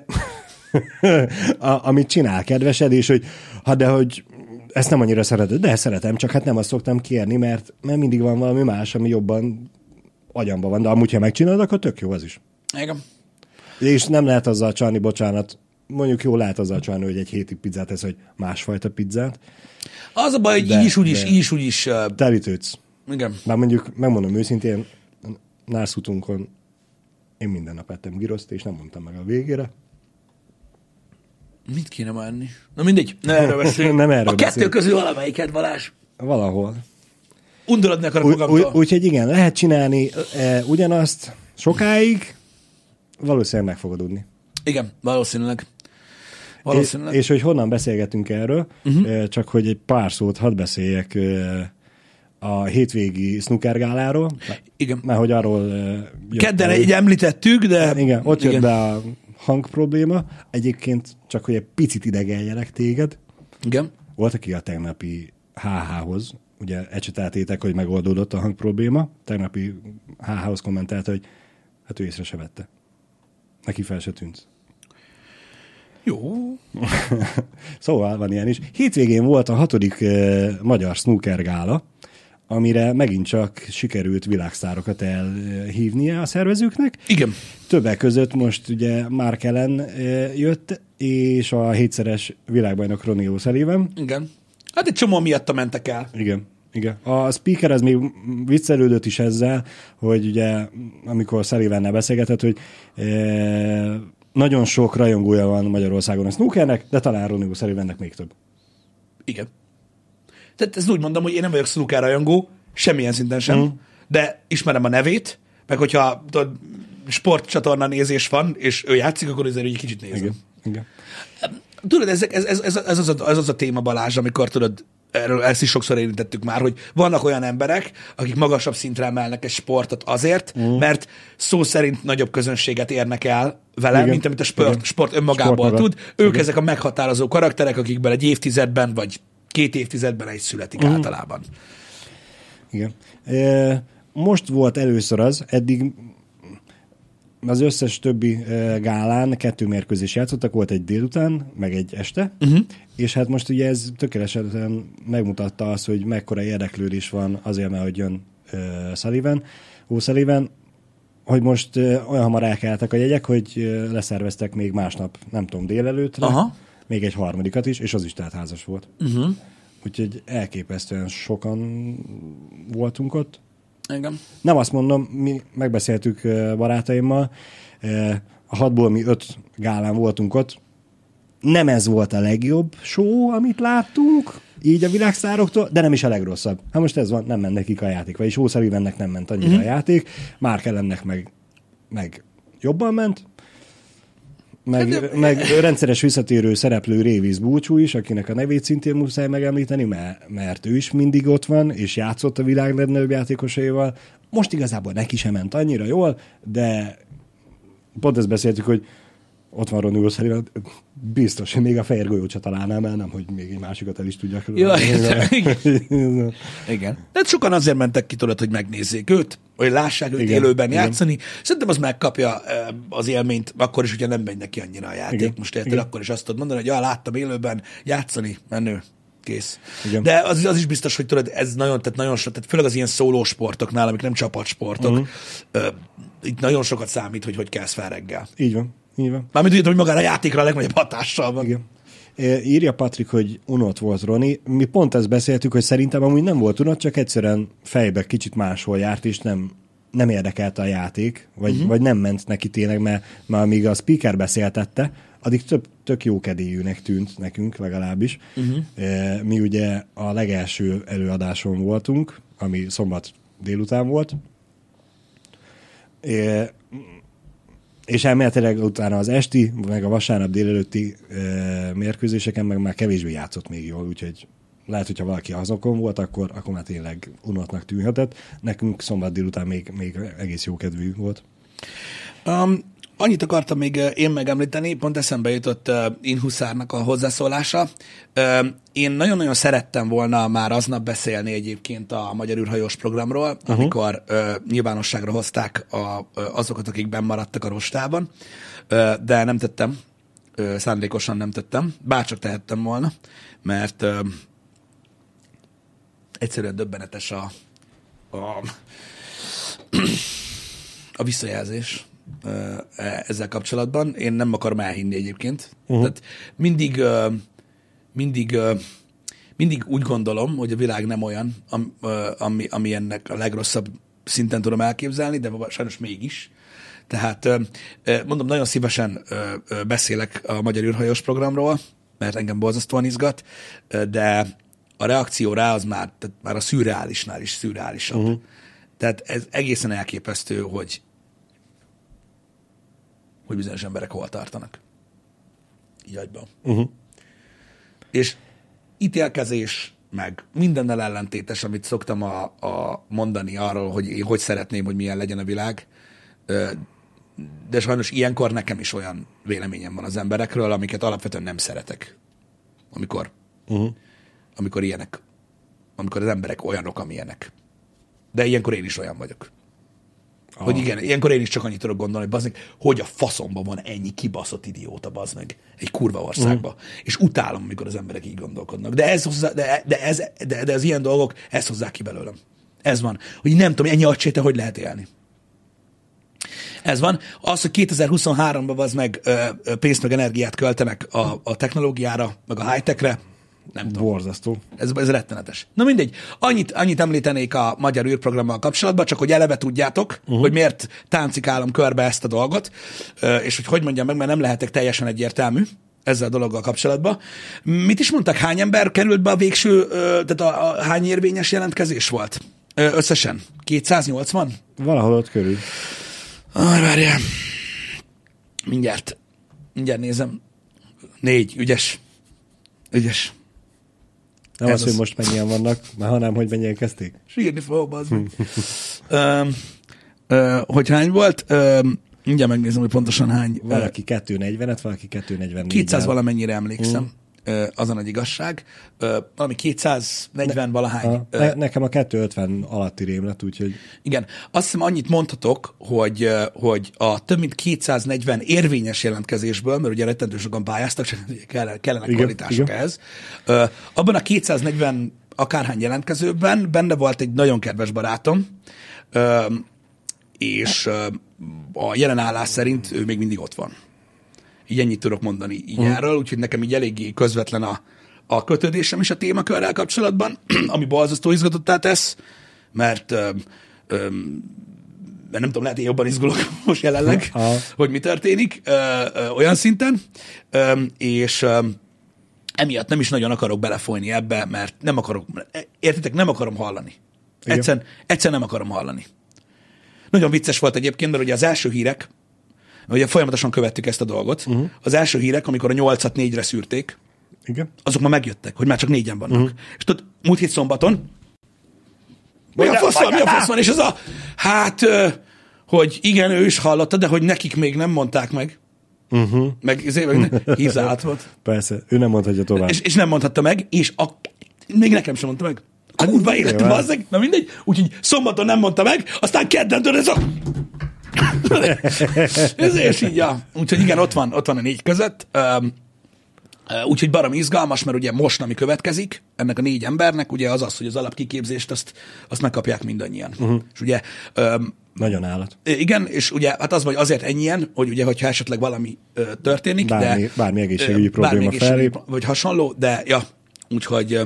amit csinál kedvesed, és hogy de hogy ezt nem annyira szereted, de szeretem, csak hát nem azt szoktam kérni, mert mindig van valami más, ami jobban agyamban van, de amúgy, ha megcsinálod, akkor tök jó az is. Igen. És nem lehet azzal csalni, bocsánat, mondjuk jó lehet azzal csalni, hogy egy hétig pizzát tesz, hogy másfajta pizzát. Az a baj, hogy így is úgyis... Telítődsz. Igen. Már mondjuk, megmondom őszintén, Nárszútunkon én minden nap ettem giroszt, és nem mondtam meg a végére. Mit kéne már enni? Na mindegy, ne erről beszéljünk. Nem erről a kettő közül valamelyiket, Balázs. Valahol. Undorodni akarok magamtól. Úgyhogy igen, lehet csinálni ugyanazt sokáig, valószínűleg meg fogod udni. Igen, valószínűleg. És hogy honnan beszélgetünk erről, csak hogy egy pár szót hadd beszéljek a hétvégi snookergáláról. Igen. Mert hogy arról... Kedden egy említettük, de... Igen, ott jött be a hangprobléma. Egyébként csak, hogy egy picit idegenjelek téged. Igen. Volt, aki a tegnapi HH-hoz, ugye ecseteltétek, hogy megoldódott a hangprobléma. Tegnapi HH-hoz kommentálta, hogy hát ő észre se vette. Neki fel se tűnt. Jó. Szóval van ilyen is. Hétvégén volt a 6. magyar snooker gála, amire megint csak sikerült világsztárokat elhívnia a szervezőknek. Igen. Többek között most ugye Mark Allen jött, és a 7-szeres világbajnok Ronnie O'Sullivan. Igen. Hát egy csomó miatta mentek el. Igen. Igen. A speaker az még viccelődött is ezzel, hogy ugye amikor Sullivannel beszélgetett, hogy nagyon sok rajongója van Magyarországon a snookernek, de talán Ronnie O'Sullivannek még több. Igen. Tehát ezt úgy mondom, hogy én nem vagyok snooker rajongó, semmilyen szinten sem, de ismerem a nevét, meg hogyha tudod, sportcsatorna nézés van, és ő játszik, akkor azért egy kicsit nézem. Igen. Tudod, ez az a téma, Balázs, amikor tudod, erről ezt is sokszor érintettük már, hogy vannak olyan emberek, akik magasabb szintre emelnek egy sportot azért, mert szó szerint nagyobb közönséget érnek el vele, mint amit a sport önmagából tud. Ők ezek a meghatározó karakterek, akikben egy évtizedben, vagy 2 évtizedben egy születik általában. Igen. Most volt először az, eddig az összes többi gálán 2 mérkőzés játszottak, volt egy délután, meg egy este, és hát most ugye ez tökéletesen megmutatta azt, hogy mekkora érdeklődés van azért, mert hogy jön O'Sullivan, hogy most olyan hamar elkeltek a jegyek, hogy leszerveztek még másnap, nem tudom, délelőttre, még egy 3. is, és az is tehát házas volt. úgyhogy elképesztően sokan voltunk ott. Igen. Nem azt mondom, mi megbeszéltük barátaimmal, a 6-ból mi 5 gálán voltunk ott. Nem ez volt a legjobb show, amit láttunk, így a világszároktól, de nem is a legrosszabb. Hát most ez van, nem ment nekik a játék, vagyis Ószerivennek nem ment annyira a játék, Mark Allennek meg jobban ment, meg rendszeres visszatérő szereplő Révíz Búcsú is, akinek a nevét szintén muszáj megemlíteni, mert ő is mindig ott van, és játszott a világ legnagyobb játékosaival. Most igazából neki sem ment annyira jól, de pont ezt beszéltük, hogy ott van Ronnie O'Sullivan, biztos, hogy még a fehér golyót se találnám el, nem, hogy még egy másikat el is tudjak. Ja, igen. De sokan azért mentek ki, tudod, hogy megnézzék őt, hogy lássák őt élőben játszani. Szerintem az megkapja az élményt, akkor is, hogyha nem megy neki annyira a játék. Igen. Most érted, akkor is azt tudod mondani, hogy láttam élőben játszani, menő. Kész. Igen. De az is biztos, hogy tudod, ez nagyon sok, tehát főleg az ilyen szólósportoknál, amik nem csapatsportok, itt nagyon sokat számít, hogy kelsz fel reggel. Így van. Mármint úgy, hogy magára a játékra a legnagyobb hatással van. Igen. Írja Patrik, hogy unott volt Roni. Mi pont ezt beszéltük, hogy szerintem amúgy nem volt unott, csak egyszerűen fejbe kicsit máshol járt, és nem érdekelte a játék, vagy nem ment neki tényleg, mert amíg a speaker beszéltette, addig tök jó kedélyűnek tűnt nekünk legalábbis. Mi ugye a legelső előadáson voltunk, ami szombat délután volt, és elméletileg utána az esti, meg a vasárnap délelőtti mérkőzéseken meg már kevésbé játszott még jól, úgyhogy lehet, hogyha valaki azokon volt, akkor már tényleg unottnak tűnhetett. Nekünk szombat délután még egész jó kedvű volt. Annyit akartam még én megemlíteni, pont eszembe jutott Inhuszárnak a hozzászólása. Én nagyon-nagyon szerettem volna már aznap beszélni egyébként a Magyar űrhajós programról, amikor nyilvánosságra hozták azokat, akik benn maradtak a rostában, de nem tettem, szándékosan nem tettem, bárcsak tehettem volna, mert egyszerűen döbbenetes a visszajelzés ezzel kapcsolatban. Én nem akarom elhinni egyébként. Tehát mindig úgy gondolom, hogy a világ nem olyan, ami ennek a legrosszabb szinten tudom elképzelni, de sajnos mégis. Tehát mondom, nagyon szívesen beszélek a Magyar űrhajós programról, mert engem borzasztóan izgat, de a reakció rá az már a szürreálisnál is szürreálisabb. Tehát ez egészen elképesztő, hogy bizonyos emberek hol tartanak. Így agyban. És ítélkezés, meg mindennel ellentétes, amit szoktam mondani arról, hogy én hogy szeretném, hogy milyen legyen a világ, de sajnos ilyenkor nekem is olyan véleményem van az emberekről, amiket alapvetően nem szeretek. Amikor ilyenek. Amikor az emberek olyanok, amilyenek. De ilyenkor én is olyan vagyok. Hogy igen, ilyenkor én is csak annyit tudok gondolni, hogy hogy a faszomban van ennyi kibaszott idióta, bazd meg, egy kurva országba. És utálom, amikor az emberek így gondolkodnak. De az ilyen dolgok, ezt hozzák ki belőlem. Ez van. Hogy nem tudom, ennyi agyséte, hogy lehet élni. Ez van. Az, hogy 2023-ban bazd meg pénzt meg energiát költenek a technológiára, meg a high-techre, nem tudom. Borzasztó. Ez rettenetes. Na mindegy, annyit említenék a Magyar űrprogrammal kapcsolatban, csak hogy eleve tudjátok, hogy miért táncikálom körbe ezt a dolgot, és hogy mondjam meg, mert nem lehetek teljesen egyértelmű ezzel a dologgal kapcsolatban. Mit is mondtak, hány ember került be a végső, tehát hány érvényes jelentkezés volt? Összesen? 280? Valahol ott körül. Várjál. Mindjárt nézem. 4, ügyes. Nem az, hogy most mennyien vannak, hanem, hogy mennyien kezdték. Sírni fogok, az. Hogy hány volt? Mindjárt megnézem, hogy pontosan hány. Valaki 240-et, valaki 244. 200 valamennyire emlékszem. Az a nagy igazság. Valami 240 valahány. Nekem a 250 alatti rémlet, úgyhogy... Igen. Azt hiszem annyit mondhatok, hogy a több mint 240 érvényes jelentkezésből, mert ugye rettentő sokan pályáztak, csak kellene kvalitások ehhez. Abban a 240 akárhány jelentkezőben benne volt egy nagyon kedves barátom, és a jelen állás szerint ő még mindig ott van. Így ennyit tudok mondani így erről, úgyhogy nekem így eléggé közvetlen a kötődésem is a témakörrel kapcsolatban, ami borzasztó izgatottá tesz, mert nem tudom, lehet, én jobban izgulok most jelenleg, hogy mi történik olyan szinten, és emiatt nem is nagyon akarok belefolyni ebbe, mert nem akarok, értitek, nem akarom hallani. Egyszer nem akarom hallani. Nagyon vicces volt egyébként, mert ugye az első hírek, ugye folyamatosan követtük ezt a dolgot, az első hírek, amikor a 8-at 4-re szűrték, igen. Azok már megjöttek, hogy már csak 4-en vannak. És tudod, múlt hét szombaton, mi a fasz van, és ez a, hogy igen, ő is hallotta, de hogy nekik még nem mondták meg. Meg hívzálat volt. Persze, ő nem mondhatja tovább. És nem mondhatta meg, és még nekem sem mondta meg. Kurva életem, bazzeg, na mindegy. Úgyhogy szombaton nem mondta meg, aztán kedden tudod, ez a... és így, ja. Úgyhogy igen, ott van a 4 között. Úgyhogy baromi izgalmas, mert ugye most, ami következik, ennek a 4 embernek, ugye az, hogy az alapkiképzést azt megkapják mindannyian. És ugye... Nagyon állat. Igen, és ugye hát az vagy azért ennyien, hogy ugye, hogyha esetleg valami történik, bármi egészségügyi probléma felép. Vagy hasonló, de ja, úgyhogy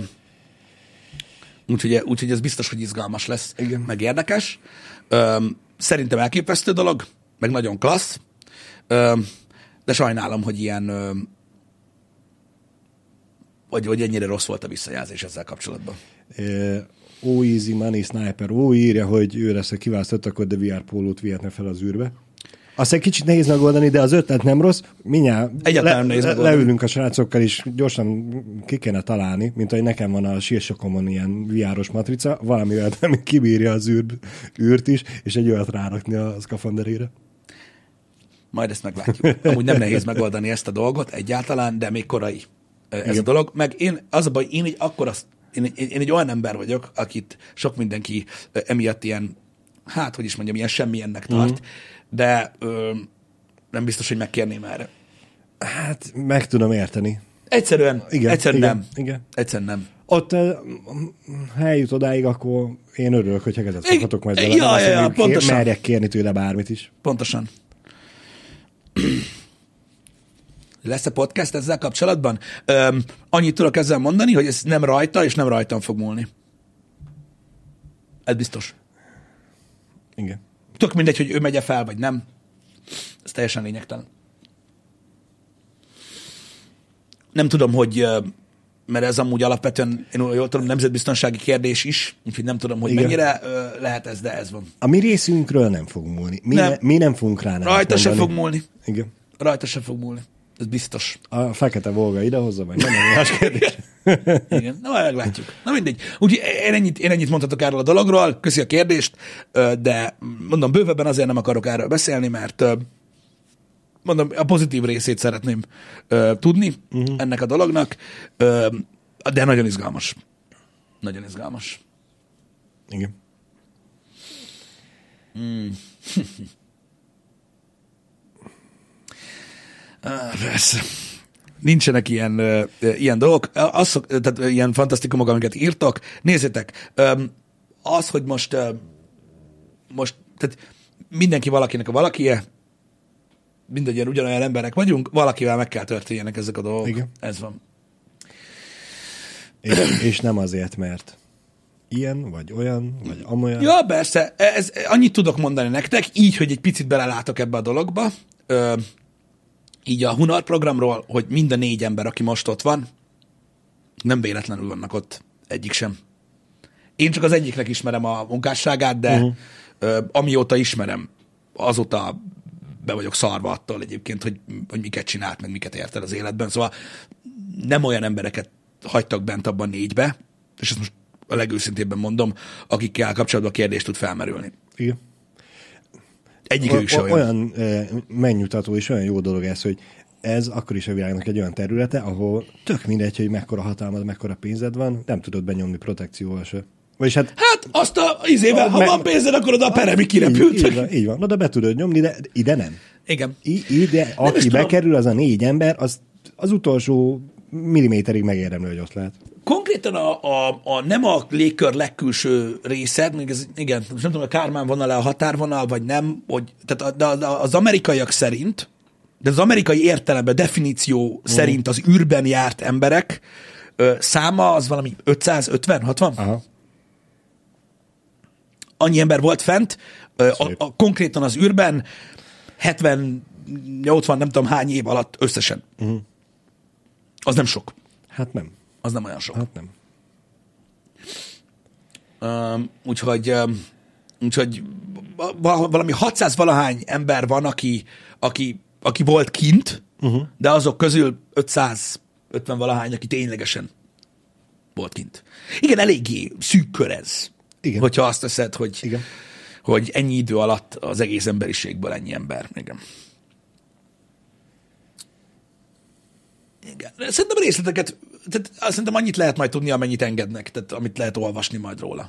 ez biztos, hogy izgalmas lesz, igen. Meg érdekes. Szerintem elképesztő dolog, meg nagyon klassz, de sajnálom, hogy ilyen vagy ennyire rossz volt a visszajelzés ezzel kapcsolatban. Easy Money Sniper írja, hogy ő lesz a kiválasztott, akkor de VR pólót vihetne fel az űrbe. Azt egy kicsit nehéz megoldani, de az ötlet nem rossz. Mindjárt leülünk a srácokkal, és gyorsan ki kéne találni, mint ahogy nekem van a sírsokomon ilyen VR-os matrica, valami olyat, ami kibírja az űrt is, és egy olyat rárakni a szkafanderére. Majd ezt meglátjuk. Amúgy nem nehéz megoldani ezt a dolgot egyáltalán, de még korai ez igen. A dolog. Meg az a baj, én egy olyan ember vagyok, akit sok mindenki emiatt ilyen, ilyen semmilyennek tart, de nem biztos, hogy megkérném erre. Hát, meg tudom érteni. Egyszerűen nem. Igen. Egyszerűen nem. Ott eljut odáig, akkor én örülök, hogyha kezet foghatok majd vele. Pontosan. Merjek kérni tőle bármit is. Pontosan. Lesz-e podcast ezzel kapcsolatban? Annyit tudok ezzel mondani, hogy ez nem rajta, és nem rajtam fog múlni. Ez biztos. Igen. Tök mindegy, hogy ő megye fel, vagy nem. Ez teljesen lényegtelen. Nem tudom, hogy mert ez amúgy alapvetően, én jól tudom, nemzetbiztonsági kérdés is, úgyhogy nem tudom, hogy igen. Mennyire lehet ez, de ez van. A mi részünkről nem fog múlni. Mi nem fogunk rá rajta se fog múlni. Igen. Rajta se fog múlni. Ez biztos. A fekete Volga idehozza, vagy nem más kérdés. Igen, na majd meglátjuk. Na mindegy. Úgyhogy én ennyit mondhatok erről a dologról, köszi a kérdést, de mondom, bővebben azért nem akarok erről beszélni, mert mondom, a pozitív részét szeretném tudni ennek a dolognak, de nagyon izgalmas. Nagyon izgalmas. Igen. Persze. Nincsenek ilyen dolgok, tehát ilyen fantasztikumok, amiket írtok. Nézzétek, az, hogy most tehát mindenki valakinek a valakie, mindannyian ugyanolyan emberek vagyunk, valakivel meg kell történjenek ezek a dolgok. Igen. Ez van. És nem azért, mert ilyen, vagy olyan, vagy amolyan. Ja, persze. Annyit tudok mondani nektek, így, hogy egy picit belelátok ebbe a dologba, így a Hunar programról, hogy mind a 4 ember, aki most ott van, nem véletlenül vannak ott, egyik sem. Én csak az egyiknek ismerem a munkásságát, de amióta ismerem, azóta be vagyok szarva attól egyébként, hogy miket csinált, meg miket ért el az életben. Szóval nem olyan embereket hagytak bent abban 4-be, és ezt most a legőszintébben mondom, akikkel kapcsolatban kérdést tud felmerülni. Igen. Egyikük se olyan. Olyan megnyugtató és olyan jó dolog ez, hogy ez akkor is a világnak egy olyan területe, ahol tök mindegy, hogy mekkora hatalmad, mekkora pénzed van, nem tudod benyomni protekcióval se. Vagyis hát azt a izével, ha van pénzed, akkor oda a peremi kirepültek. Így van. Na, de be tudod nyomni, de ide nem. Igen. Ide, aki bekerül, az a 4 ember, az utolsó milliméterig megérdemli, hogy ott lehet. Konkrétan nem a légkör legkülső része, igen, most nem tudom, a Kármán vonal-e a határvonal, vagy nem, tehát de az amerikaiak szerint, de az amerikai értelemben, definíció szerint az űrben járt emberek száma az valami 550-60? Aha. Annyi ember volt fent, konkrétan az űrben 70-80 nem tudom hány év alatt összesen. Az nem sok. Hát nem. Az nem olyan sok. Hát nem. Úgyhogy valami 600 valahány ember van, aki volt kint, de azok közül 550 valahány, aki ténylegesen volt kint. Igen, eléggé szűk kör ez. Igen. Hogyha azt teszed, Igen. hogy ennyi idő alatt az egész emberiségből ennyi ember. Igen. Igen. Szerintem a részleteket, tehát szerintem annyit lehet majd tudni, amennyit engednek, tehát amit lehet olvasni majd róla.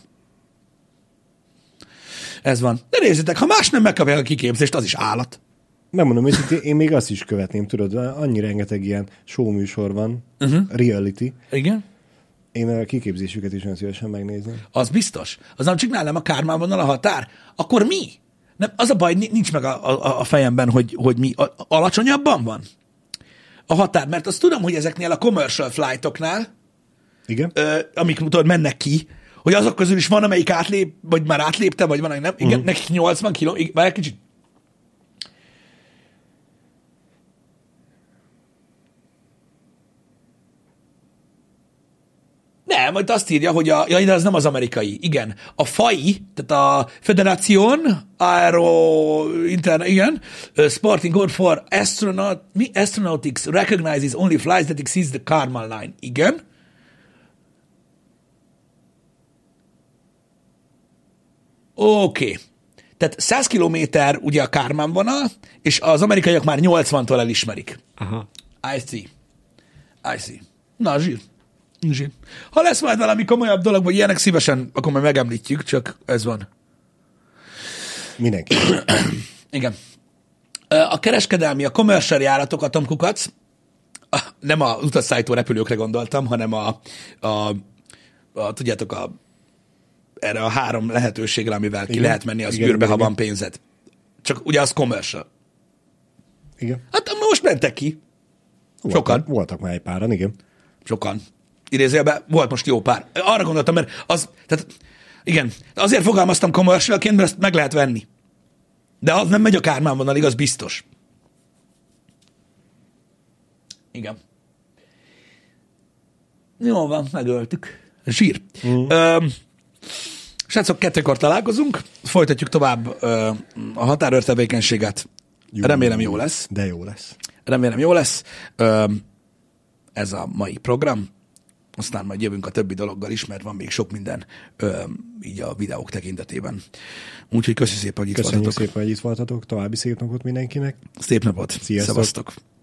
Ez van. De nézzétek, ha más nem megkapják a kiképzést, az is állat. Megmondom őszintén, én még azt is követném, tudod, annyi rengeteg ilyen show műsor van, reality. Igen. Én a kiképzésüket is nagyon szívesen megnézem. Az biztos. Az nem csinálnám a Kármán vonal a határ. Akkor mi? Nem, az a baj, nincs meg a fejemben, hogy mi alacsonyabban van a határ, mert azt tudom, hogy ezeknél a commercial flightoknál, Igen? amik tudod, mennek ki, hogy azok közül is van, amelyik átlép, vagy már átlépte, vagy van, amelyik nem. Igen, nekik 80 kiló, várj egy kicsit. Nem, majd azt írja, hogy de az nem az amerikai. Igen. A FAI, tehát a Federation igen, Sporting Code for Astronautics recognizes only flights that exceed the Kármán line. Igen. Oké. Tehát 100 kilométer ugye a Kármán vonal, és az amerikaiak már 80-tól elismerik. Aha. I see. Na, zsír. Ha lesz majd valami komolyabb dolog, vagy ilyenek, szívesen, akkor majd megemlítjük, csak ez van. Mindenki. Igen. A kereskedelmi, a commercial járatok, a Tom Kukac, nem a utasszállító repülőkre gondoltam, hanem tudjátok, erre a 3 lehetőségre, amivel ki lehet menni az űrbe, ha van pénzed. Csak ugye az commercial. Igen. Hát most mentek ki. Sokan. Voltak már egy páran, igen. Sokan. Idézőjelben volt most jó pár. Arra gondoltam, mert tehát igen, azért fogalmaztam commercialként, mert ezt meg lehet venni. De az nem megy a Kármán vonalig, az biztos. Igen. Jó van, megöltük. Zsír. Srácok, 2-kor találkozunk, folytatjuk tovább a határőr tevékenységet. Remélem jó lesz. De jó lesz. Remélem jó lesz. Ez a mai program. Aztán majd jövünk a többi dologgal is, mert van még sok minden így a videók tekintetében. Úgyhogy köszönjük szépen, hogy itt voltatok. Köszönjük szépen, hogy itt voltatok. További szép napot mindenkinek. Szép napot. Sziasztok. Szevasztok.